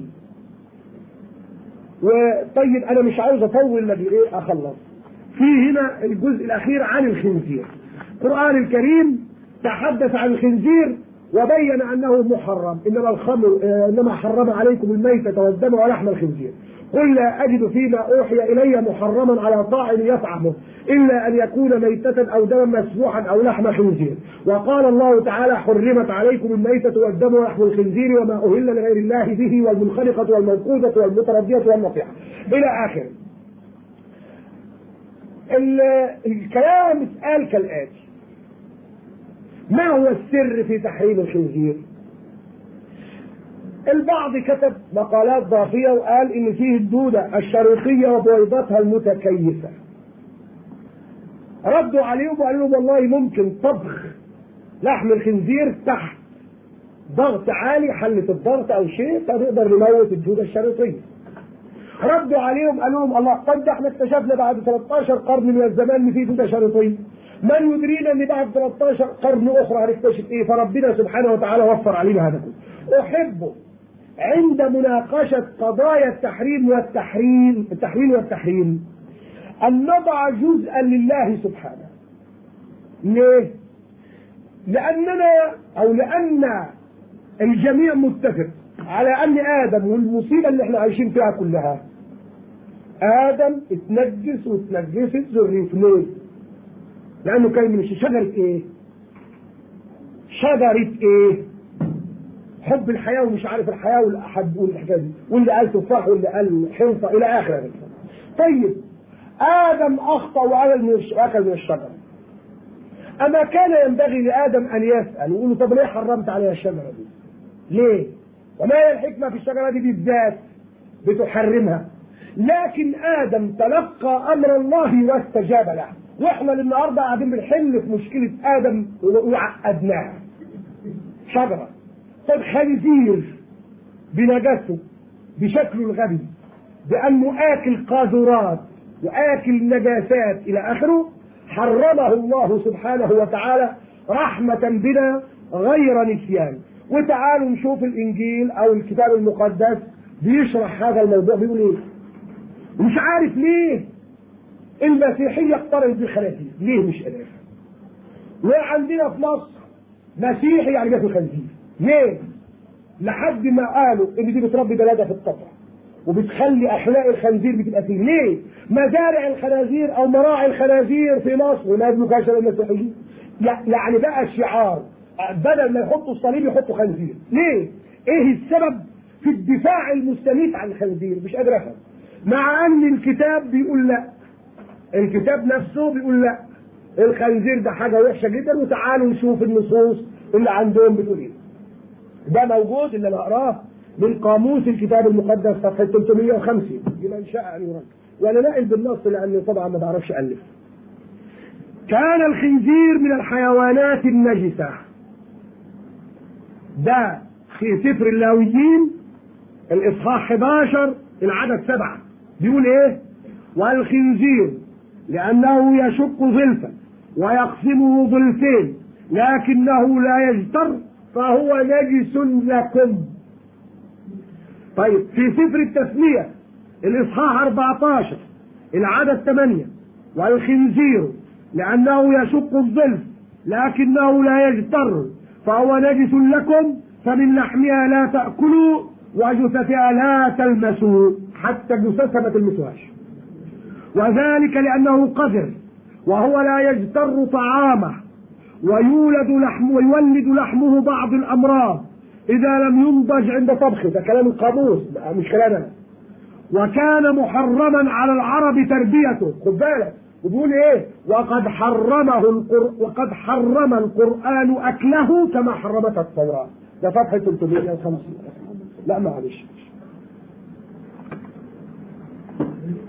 Speaker 1: وطيب أنا مش عاوز أطول لكن أخلص. في هنا الجزء الأخير عن الخنزير. القرآن الكريم تحدث عن الخنزير وبين أنه محرم. إنما حرم عليكم الميتة والدم ولحم الخنزير. قل لا أجد فيما أوحي إلي محرما على طاعم يطعمه إلا أن يكون ميتة أو دما مسفوحا أو لحم خنزير. وقال الله تعالى: حرمت عليكم الميتة والدم ولحم الخنزير وما أهل لغير الله به والمنخنقة والموقوذة والمتردية والنطيحة إلى آخره. الكلام قال كالآتي: ما هو السر في تحريم الخنزير؟ البعض كتب مقالات ضافية وقال إن فيه الدودة الشريطية وبويضتها المتكيفة. ردوا عليهم وقالوا لهم: والله ممكن طبخ لحم الخنزير تحت ضغط عالي، حلة الضغط أو شيء، فنقدر نموت الدودة الشريطية. ردوا عليهم قالوا لهم: الله، قد احنا اكتشفنا بعد 13 قرن من الزمان ان في دودة شريطية، من يدرينا ان بعد 13 قرن اخرى هنكتشف ايه؟ فربنا سبحانه وتعالى وفر علينا هذا كله. احب عند مناقشة قضايا التحريم والتحريم ان نضع جزءا لله سبحانه. ليه؟ لأن الجميع متفق على أن آدم والمصيبة اللي احنا عايشين فيها كلها، آدم اتنجس واتنجست ذريته. ليه؟ لأنه كان من شجرة إيه؟ شجرة إيه؟ حب الحياة ومش عارف الحياة والأحد والحكاية دي، واللي قال تفاح واللي قال حنطة إلى آخره. طيب آدم أخطأ وأكل من الشجرة. أما كان ينبغي لآدم أن يسأل ويقول: طب ليه حرمت عليها الشجرة دي؟ ليه؟ وما هي الحكمة في الشجرة دي بالذات بتحرمها؟ لكن آدم تلقى أمر الله واستجاب له. وإحنا النهارده قاعدين بنحل في مشكلة آدم وعقدناها. شجرة، طب خنزير بنجاسته بشكله الغبي بأنه آكل قاذورات وآكل نجاسات إلى آخره، حرمه الله سبحانه وتعالى رحمة بنا غير نسيان. وتعالوا نشوف الإنجيل أو الكتاب المقدس بيشرح هذا الموضوع. بيقول إيه؟ مش عارف ليه المسيحية اقترنت بالخنازير، ليه مش عارف. وعندنا في مصر مسيحي يعني بياكل خنزير، ليه؟ لحد ما قالوا إن دي بتربي بلادها في الطبع وبتخلي أخلاق الخنزير بتبقى فيه. ليه؟ مزارع الخنازير أو مراعي الخنازير في مصر وما يبنوكاش المسيحيين. يعني بقى الشعار بدل ما يحطوا الصليب يحطوا خنزير. ليه؟ ايه السبب في الدفاع المستميت عن الخنزير؟ مش قادر افهم. مع ان الكتاب بيقول لا، الكتاب نفسه بيقول لا، الخنزير ده حاجه وحشه جدا. وتعالوا نشوف النصوص اللي عندهم بتقول ايه. ده موجود اللي نقراه من قاموس الكتاب المقدس صفحه 350 لمن شاء ان يراجع، وانا ناقل بالنص لاني طبعا ما بعرفش الف. كان الخنزير من الحيوانات النجسة. ده في سفر اللاويين الإصحاح 11 العدد 7 بيقول إيه؟ والخنزير لأنه يشق ظلفا ويقسمه ظلفين لكنه لا يجتر فهو نجس لكم. طيب في سفر التثنية الإصحاح 14 العدد 8 والخنزير لأنه يشق الظلف لكنه لا يجتر فهو نجس لكم فمن لحمها لا تأكلوا وجثتها لا تلمسوا، حتى جثثها ما تلمسوهاش. وذلك لأنه قذر وهو لا يجتر طعامه ويولد لحمه بعض الأمراض إذا لم ينضج عند طبخه. ده كلام القاموس مش كلام أنا. وكان محرما على العرب تربيته. خد بالك وبيقول ايه؟ وقد حرم القرآن أكله كما حرمتها التوراة. ده صفحة 350. لا معلش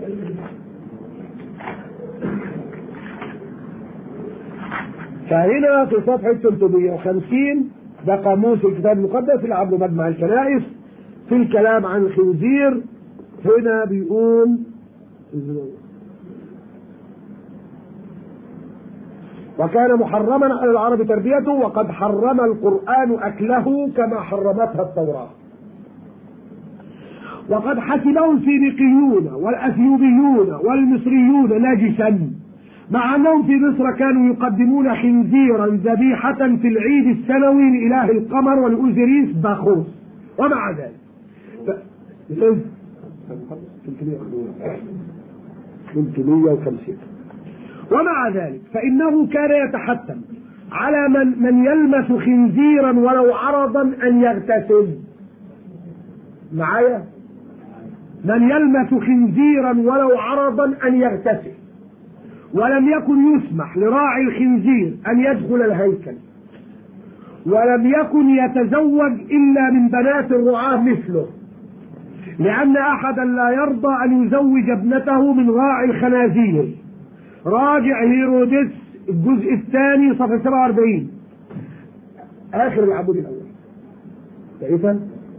Speaker 1: فهنا في صفحة 350 ده قاموس الكتاب المقدس اللي عامله مجمع الكنائس في الكلام عن الخنزير. هنا بيقول وكان محرما على العرب تربيته وقد حرم القرآن أكله كما حرمتها التوراة. وقد حسبه الفينيقيون والأثيوبيون والمصريون نجسا مع أنهم في مصر كانوا يقدمون خنزيرا ذبيحة في العيد السنوي لإله القمر ولأوزيريس باخوس. ومع ذلك 350 ومع ذلك فإنه كان يتحتم على من يلمس خنزيرا ولو عرضا أن يغتسل. معايا؟ من يلمس خنزيرا ولو عرضا أن يغتسل. ولم يكن يسمح لراعي الخنزير أن يدخل الهيكل، ولم يكن يتزوج إلا من بنات الرعاة مثله، لأن أحدا لا يرضى أن يزوج ابنته من راعي الخنازير. راجع هيرودس الجزء الثاني صفحة 47 آخر العمود الأول. كيف؟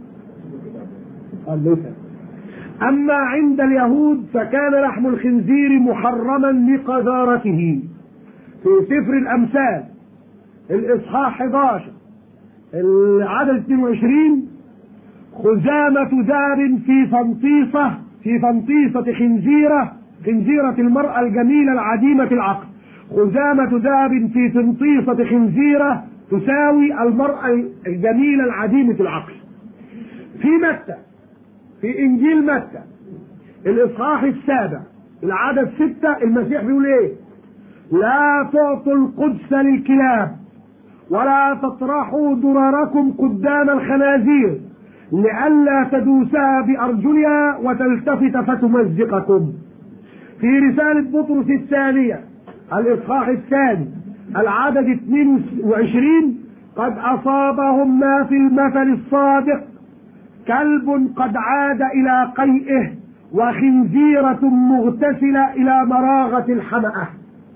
Speaker 1: قال ليس. أما عند اليهود فكان لحم الخنزير محرما لقذارته. في سفر الأمثال الإصحاح 11 العدد 22 خزامة ذهب في فنطيصة خنزيرة المرأة الجميلة العديمة العقل. خزامة ذهب في فنطيصة خنزيرة تساوي المرأة الجميلة العديمة العقل. في متى في إنجيل متى الإصحاح 7 العدد 6 المسيح بيقول إيه؟ لا تعطوا القدس للكلاب ولا تطرحوا دراركم قدام الخنازير لئلا تدوسها بأرجلها وتلتفت فتمزقكم. في رسالة بطرس الثانية الإصحاح الثاني العدد 22 قد أصابهم ما في المثل الصادق كلب قد عاد إلى قيئه وخنزيرة مغتسلة إلى مراغة الحمأة.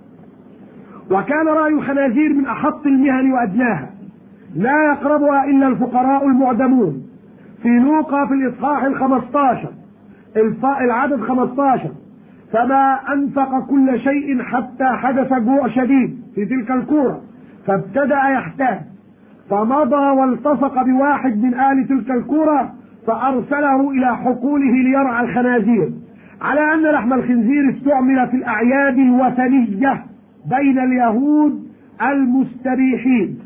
Speaker 1: وكان رأي الخنازير من أحط المهن وأدناها لا يقربها إلا الفقراء المعدمون. في لوقا في الإصحاح 15 العدد 15 فما أنفق كل شيء حتى حدث جوع شديد في تلك الكورة فابتدأ يحتاج، فمضى والتصق بواحد من آل تلك الكورة فأرسله إلى حقوله ليرعى الخنازير، على أن لحم الخنزير استعمل في الأعياد الوثنية بين اليهود المستبيحين.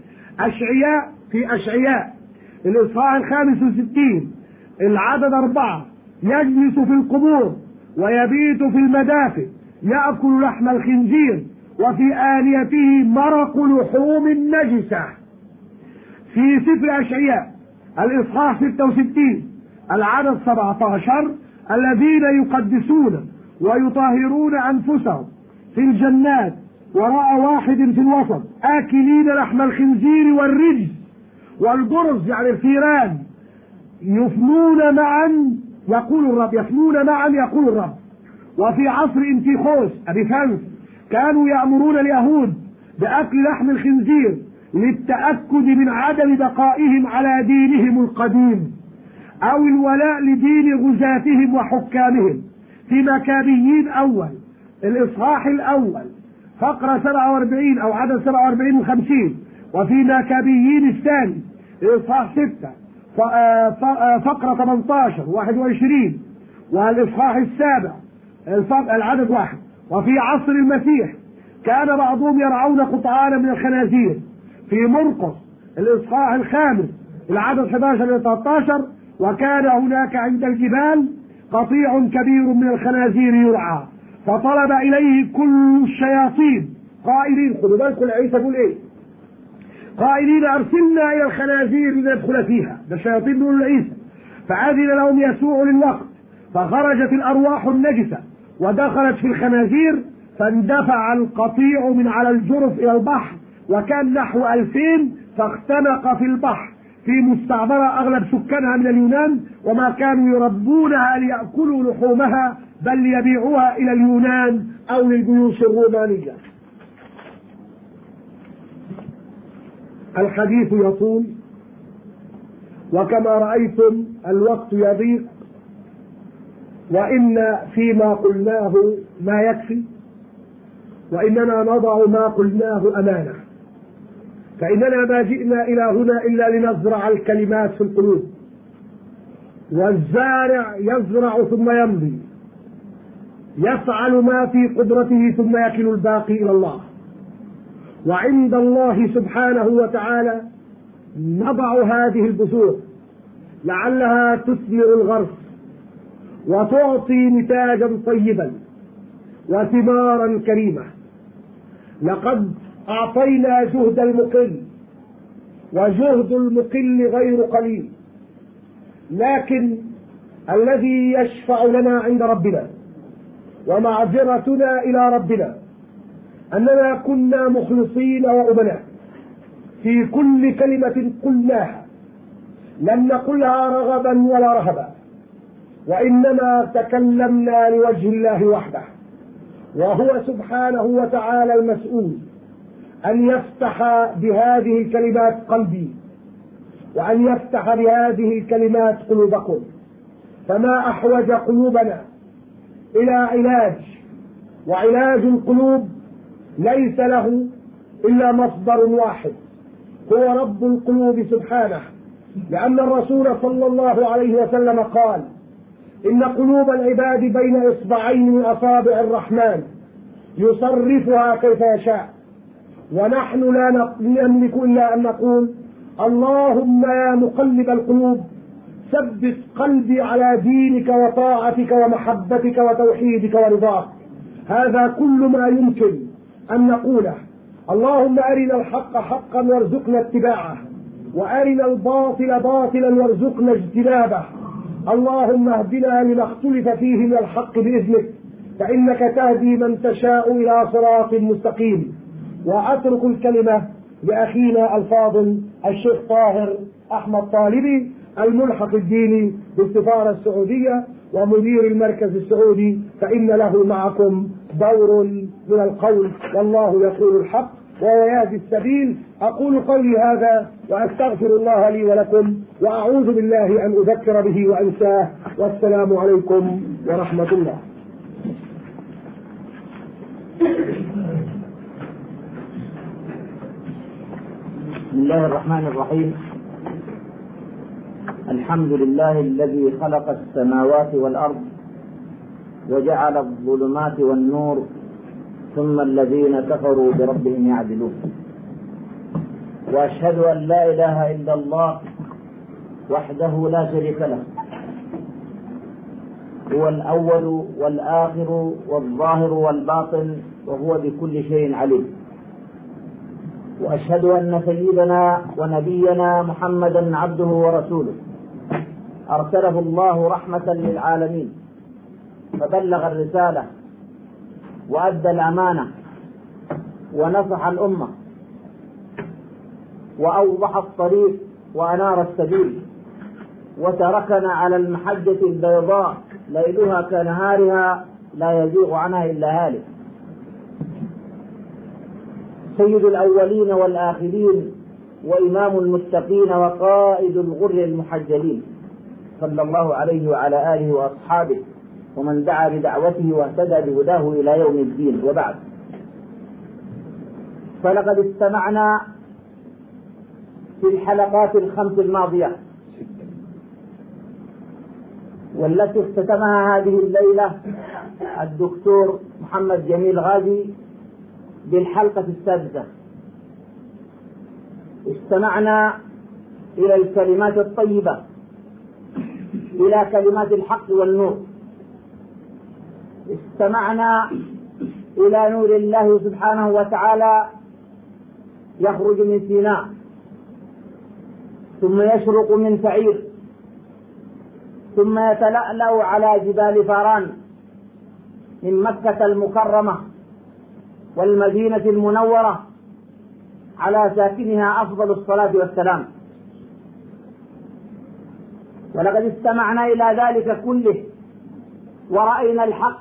Speaker 1: في أشعياء الإصحاح 65 العدد 4 يجلس في القبور ويبيت في المدافن يأكل لحم الخنزير وفي آنيته مرق لحوم نجسة. في سفر أشعياء الإصحاح 66 العدد 17 الذين يقدسون ويطهرون أنفسهم في الجنات وراء واحد في الوسط آكلين لحم الخنزير والرجز والجرز يعني الثيران يفنون معا يقول الرب. وفي عصر انتيخوس أبيفانس كانوا يأمرون اليهود بأكل لحم الخنزير للتأكد من عدم بقائهم على دينهم القديم أو الولاء لدين غزاتهم وحكامهم. في مكابيين أول الإصحاح الأول فقرة 47 أو عدد 47 و50. وفي مكابيين الثاني الإصحاح 6 فقرة 18 21 والإصحاح 7 العدد 1. وفي عصر المسيح كان بعضهم يرعون قطعانا من الخنازير. في مرقس الإصحاح 5 العدد 11 إلى 13 وكان هناك عند الجبال قطيع كبير من الخنازير يرعى فطلب إليه كل الشياطين قائلين خذوا بالكم عيسى يقول إيه؟ قائلين أرسلنا إلى الخنازير لندخل فيها. ده الشياطين بيقولوا لعيسى. فأذن لهم يسوع للوقت فخرجت الأرواح النجسة ودخلت في الخنازير فاندفع القطيع من على الجرف إلى البحر وكان نحو 2000 فاختنق في البحر في مستعبرة أغلب سكانها من اليونان وما كانوا يربونها ليأكلوا لحومها بل يبيعوها إلى اليونان أو للجيوش الرومانية. الحديث يطول، وكما رأيتم الوقت يضيق، وإن فيما قلناه ما يكفي، وإننا نضع ما قلناه أمانة، فإننا ما جئنا إلى هنا إلا لنزرع الكلمات في القلوب، والزارع يزرع ثم يمضي، يفعل ما في قدرته ثم يكل الباقي إلى الله، وعند الله سبحانه وتعالى نضع هذه البذور لعلها تثمر الغرس وتعطي نتاجا طيبا وثمارا كريمة. لقد أعطينا جهد المقل، وجهد المقل غير قليل، لكن الذي يشفع لنا عند ربنا ومعذرتنا إلى ربنا أننا كنا مخلصين وأمناء في كل كلمة قلناها، لم نقلها رغبا ولا رهبا، وإنما تكلمنا لوجه الله وحده، وهو سبحانه وتعالى المسؤول أن يفتح بهذه الكلمات قلبي، وأن يفتح بهذه الكلمات قلوبكم. فما أحوج قلوبنا إلى علاج، وعلاج القلوب ليس له إلا مصدر واحد، هو رب القلوب سبحانه، لأن الرسول صلى الله عليه وسلم قال: إن قلوب العباد بين إصبعين من أصابع الرحمن يصرفها كيف يشاء، ونحن لا نملك إلا أن نقول: اللهم يا مقلب القلوب ثبت قلبي على دينك وطاعتك ومحبتك وتوحيدك ورضاك. هذا كل ما يمكن أن نقوله. اللهم أرنا الحق حقا وارزقنا اتباعه، وأرنا الباطل باطلا وارزقنا اجتنابه. اللهم اهدنا لما اختلف فيه من الحق بإذنك، فإنك تهدي من تشاء إلى صراط مستقيم. وأترك الكلمة لأخينا الفاضل الشيخ طاهر أحمد طالبي، الملحق الديني بالسفارة السعودية ومدير المركز السعودي، فإن له معكم دور من القول، والله يقول الحق وهو يهدي السبيل. أقول قولي هذا وأستغفر الله لي ولكم، وأعوذ بالله أن أذكر به وأنساه، والسلام عليكم ورحمة الله.
Speaker 2: بسم الله الرحمن الرحيم. الحمد لله الذي خلق السماوات والأرض وجعل الظلمات والنور، ثم الذين كفروا بربهم يعدلون. وأشهد أن لا إله إلا الله وحده لا شريك له، هو الأول والآخر والظاهر والباطن، وهو بكل شيء عليم. وأشهد أن سيدنا ونبينا محمدا عبده ورسوله، أرسله الله رحمة للعالمين، فبلغ الرسالة وأدى الأمانة ونصح الأمة وأوضح الطريق وأنار السبيل، وتركنا على المحجة البيضاء ليلها كنهارها لا يزيغ عنها إلا هالك. سيد الأولين والآخرين وإمام المتقين وقائد الغر المحجلين، صلى الله عليه وعلى آله وأصحابه ومن دعا بدعوته واهتدى بهداه إلى يوم الدين. وبعد، فلقد استمعنا في الحلقات الخمس الماضية، والتي اختتمها هذه الليلة الدكتور محمد جميل غازي بالحلقة السادسة. استمعنا إلى الكلمات الطيبة، إلى كلمات الحق والنور. استمعنا إلى نور الله سبحانه وتعالى يخرج من سيناء، ثم يشرق من سعير، ثم يتلألأ على جبال فاران من مكة المكرمة والمدينة المنورة، على ساكنها أفضل الصلاة والسلام. ولقد استمعنا إلى ذلك كله ورأينا الحق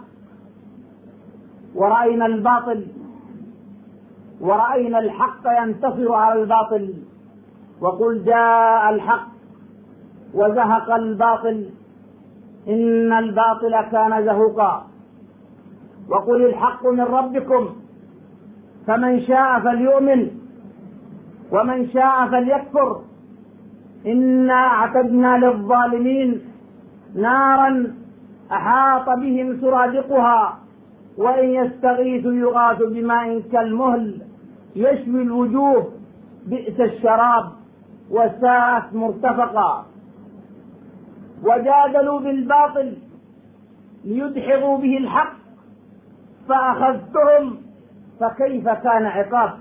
Speaker 2: ورأينا الباطل، ورأينا الحق ينتصر على الباطل، وقل جاء الحق وزهق الباطل إن الباطل كان زهوقا، وقل الحق من ربكم فمن شاء فليؤمن ومن شاء فليكفر إنا أعتدنا للظالمين نارا أحاط بهم سرادقها وإن يستغيثوا يغاثوا بماء كالمهل يشوي الوجوه بئس الشراب وساءت مرتفقا. وجادلوا بالباطل ليدحضوا به الحق فأخذتهم فكيف كان عقاب.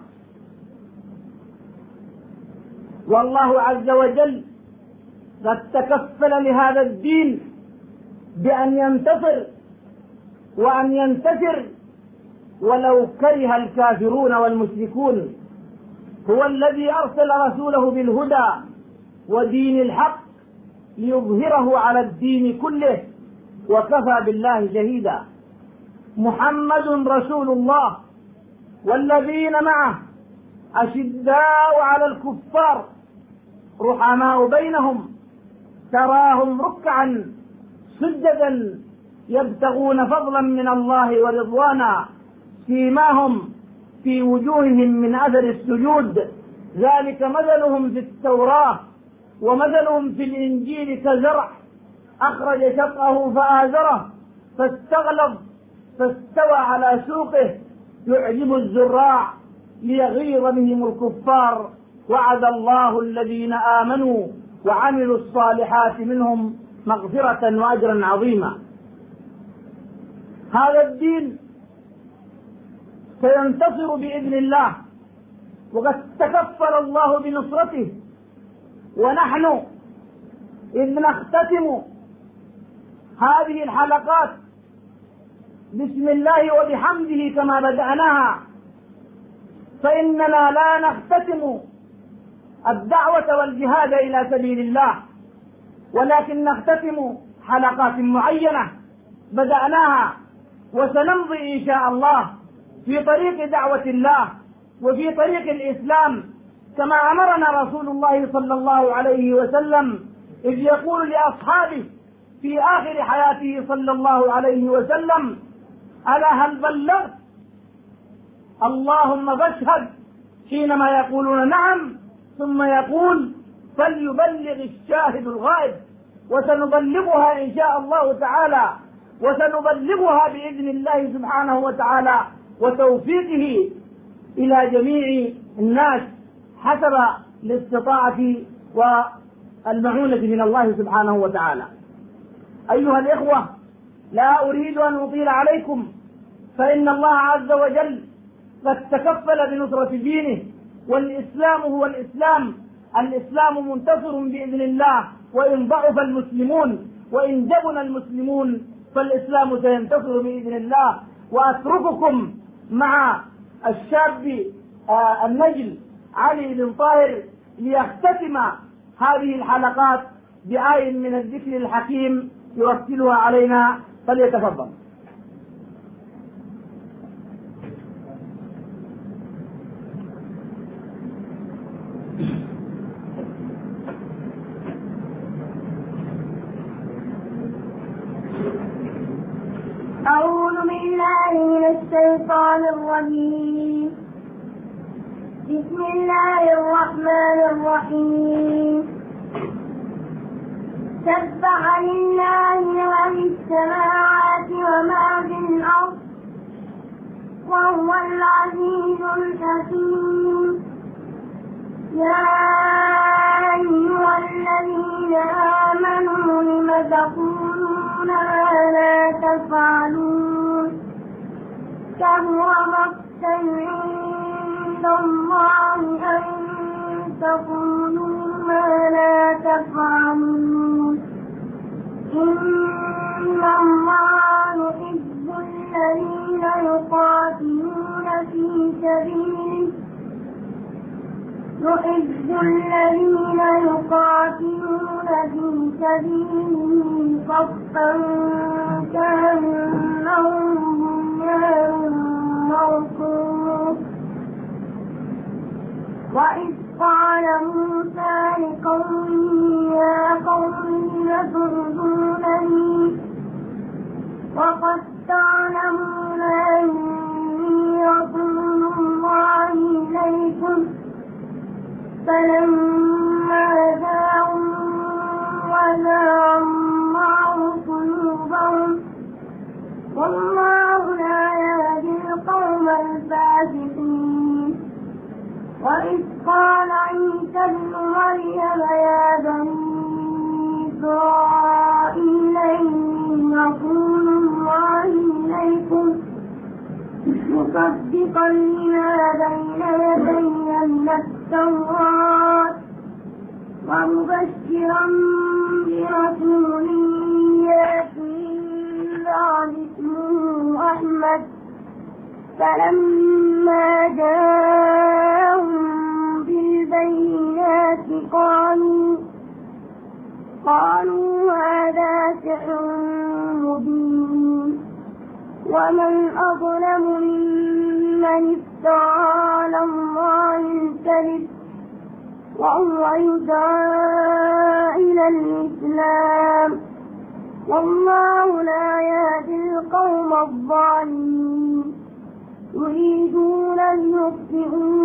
Speaker 2: والله عز وجل قد تكفل لهذا الدين بأن ينتصر وأن ينتشر ولو كره الكافرون والمشركون. هو الذي أرسل رسوله بالهدى ودين الحق ليظهره على الدين كله وكفى بالله شهيدا. محمد رسول الله والذين معه أشداء على الكفار رحماء بينهم تراهم ركعا سجدا يبتغون فضلا من الله ورضوانا سيماهم في وجوههم من أثر السجود ذلك مثلهم في التوراة ومثلهم في الإنجيل كزرع أخرج شطأه فآزره فاستغلظ فاستوى على سوقه يعجب الزراع ليغيظ بهم الكفار وعد الله الذين آمنوا وعملوا الصالحات منهم مغفرة وأجرا عظيما. هذا الدين سينتصر بإذن الله وقد تكفل الله بنصرته، ونحن إذ نختتم هذه الحلقات بسم الله وبحمده كما بدأناها، فإننا لا نختتم الدعوة والجهاد إلى سبيل الله، ولكن نختتم حلقات معينة بدأناها وسنمضي إن شاء الله في طريق دعوة الله وفي طريق الإسلام كما أمرنا رسول الله صلى الله عليه وسلم إذ يقول لأصحابه في آخر حياته صلى الله عليه وسلم ألا هل بلغت؟ اللهم فاشهد، حينما يقولون نعم ثم يقول فليبلغ الشاهد الغائب. وسنبلغها إن شاء الله تعالى، وسنبلغها بإذن الله سبحانه وتعالى وتوفيقه إلى جميع الناس حسب الاستطاعة والمعونة من الله سبحانه وتعالى. أيها الإخوة، لا أريد أن أطيل عليكم، فإن الله عز وجل قد تكفل بنصرة دينه، والإسلام هو الإسلام. الإسلام منتصر بإذن الله، وإن ضعف المسلمون وإن جبن المسلمون فالإسلام سينتصر بإذن الله. وأترككم مع الشاب النجل علي بن طاهر ليختتم هذه الحلقات بآية من الذكر الحكيم يرسلها علينا، فليتفضل.
Speaker 3: أعوذ بالله من الشيطان الرجيم. بسم الله الرحمن الرحيم. سبح لله ما في السماوات وما في الأرض وهو العزيز الحكيم. يا أيها الذين آمنوا لم تقولون ما لا تفعلون كبر مقتا عند الله أن تقولوا ما لا تفعلون إن الله يحب الذين يقاتلون في سبيله صفا كأنهم وإذ قال موسى لقومه يا قوم لم تؤذونني وقد تعلمون أني رسول الله إليكم فلما جاءوا وزاغوا الله قلوبهم والله لا يهدي القوم الفاسقين. وإذ قال عيسى ابن مريم يا بني إسرائيل إني رسول الله إليكم مصدقا لما بين يدي من التوراة ومبشرا برسول يأتي من بعد اسمه أحمد. فلما جاءهم بالبينات قالوا هذا سحر مبين ومن أظلم ممن افترى على الله الكذب وهو يدعى إلى الإسلام والله لا يهدي القوم الظالمين. يريدون أن يطفئوا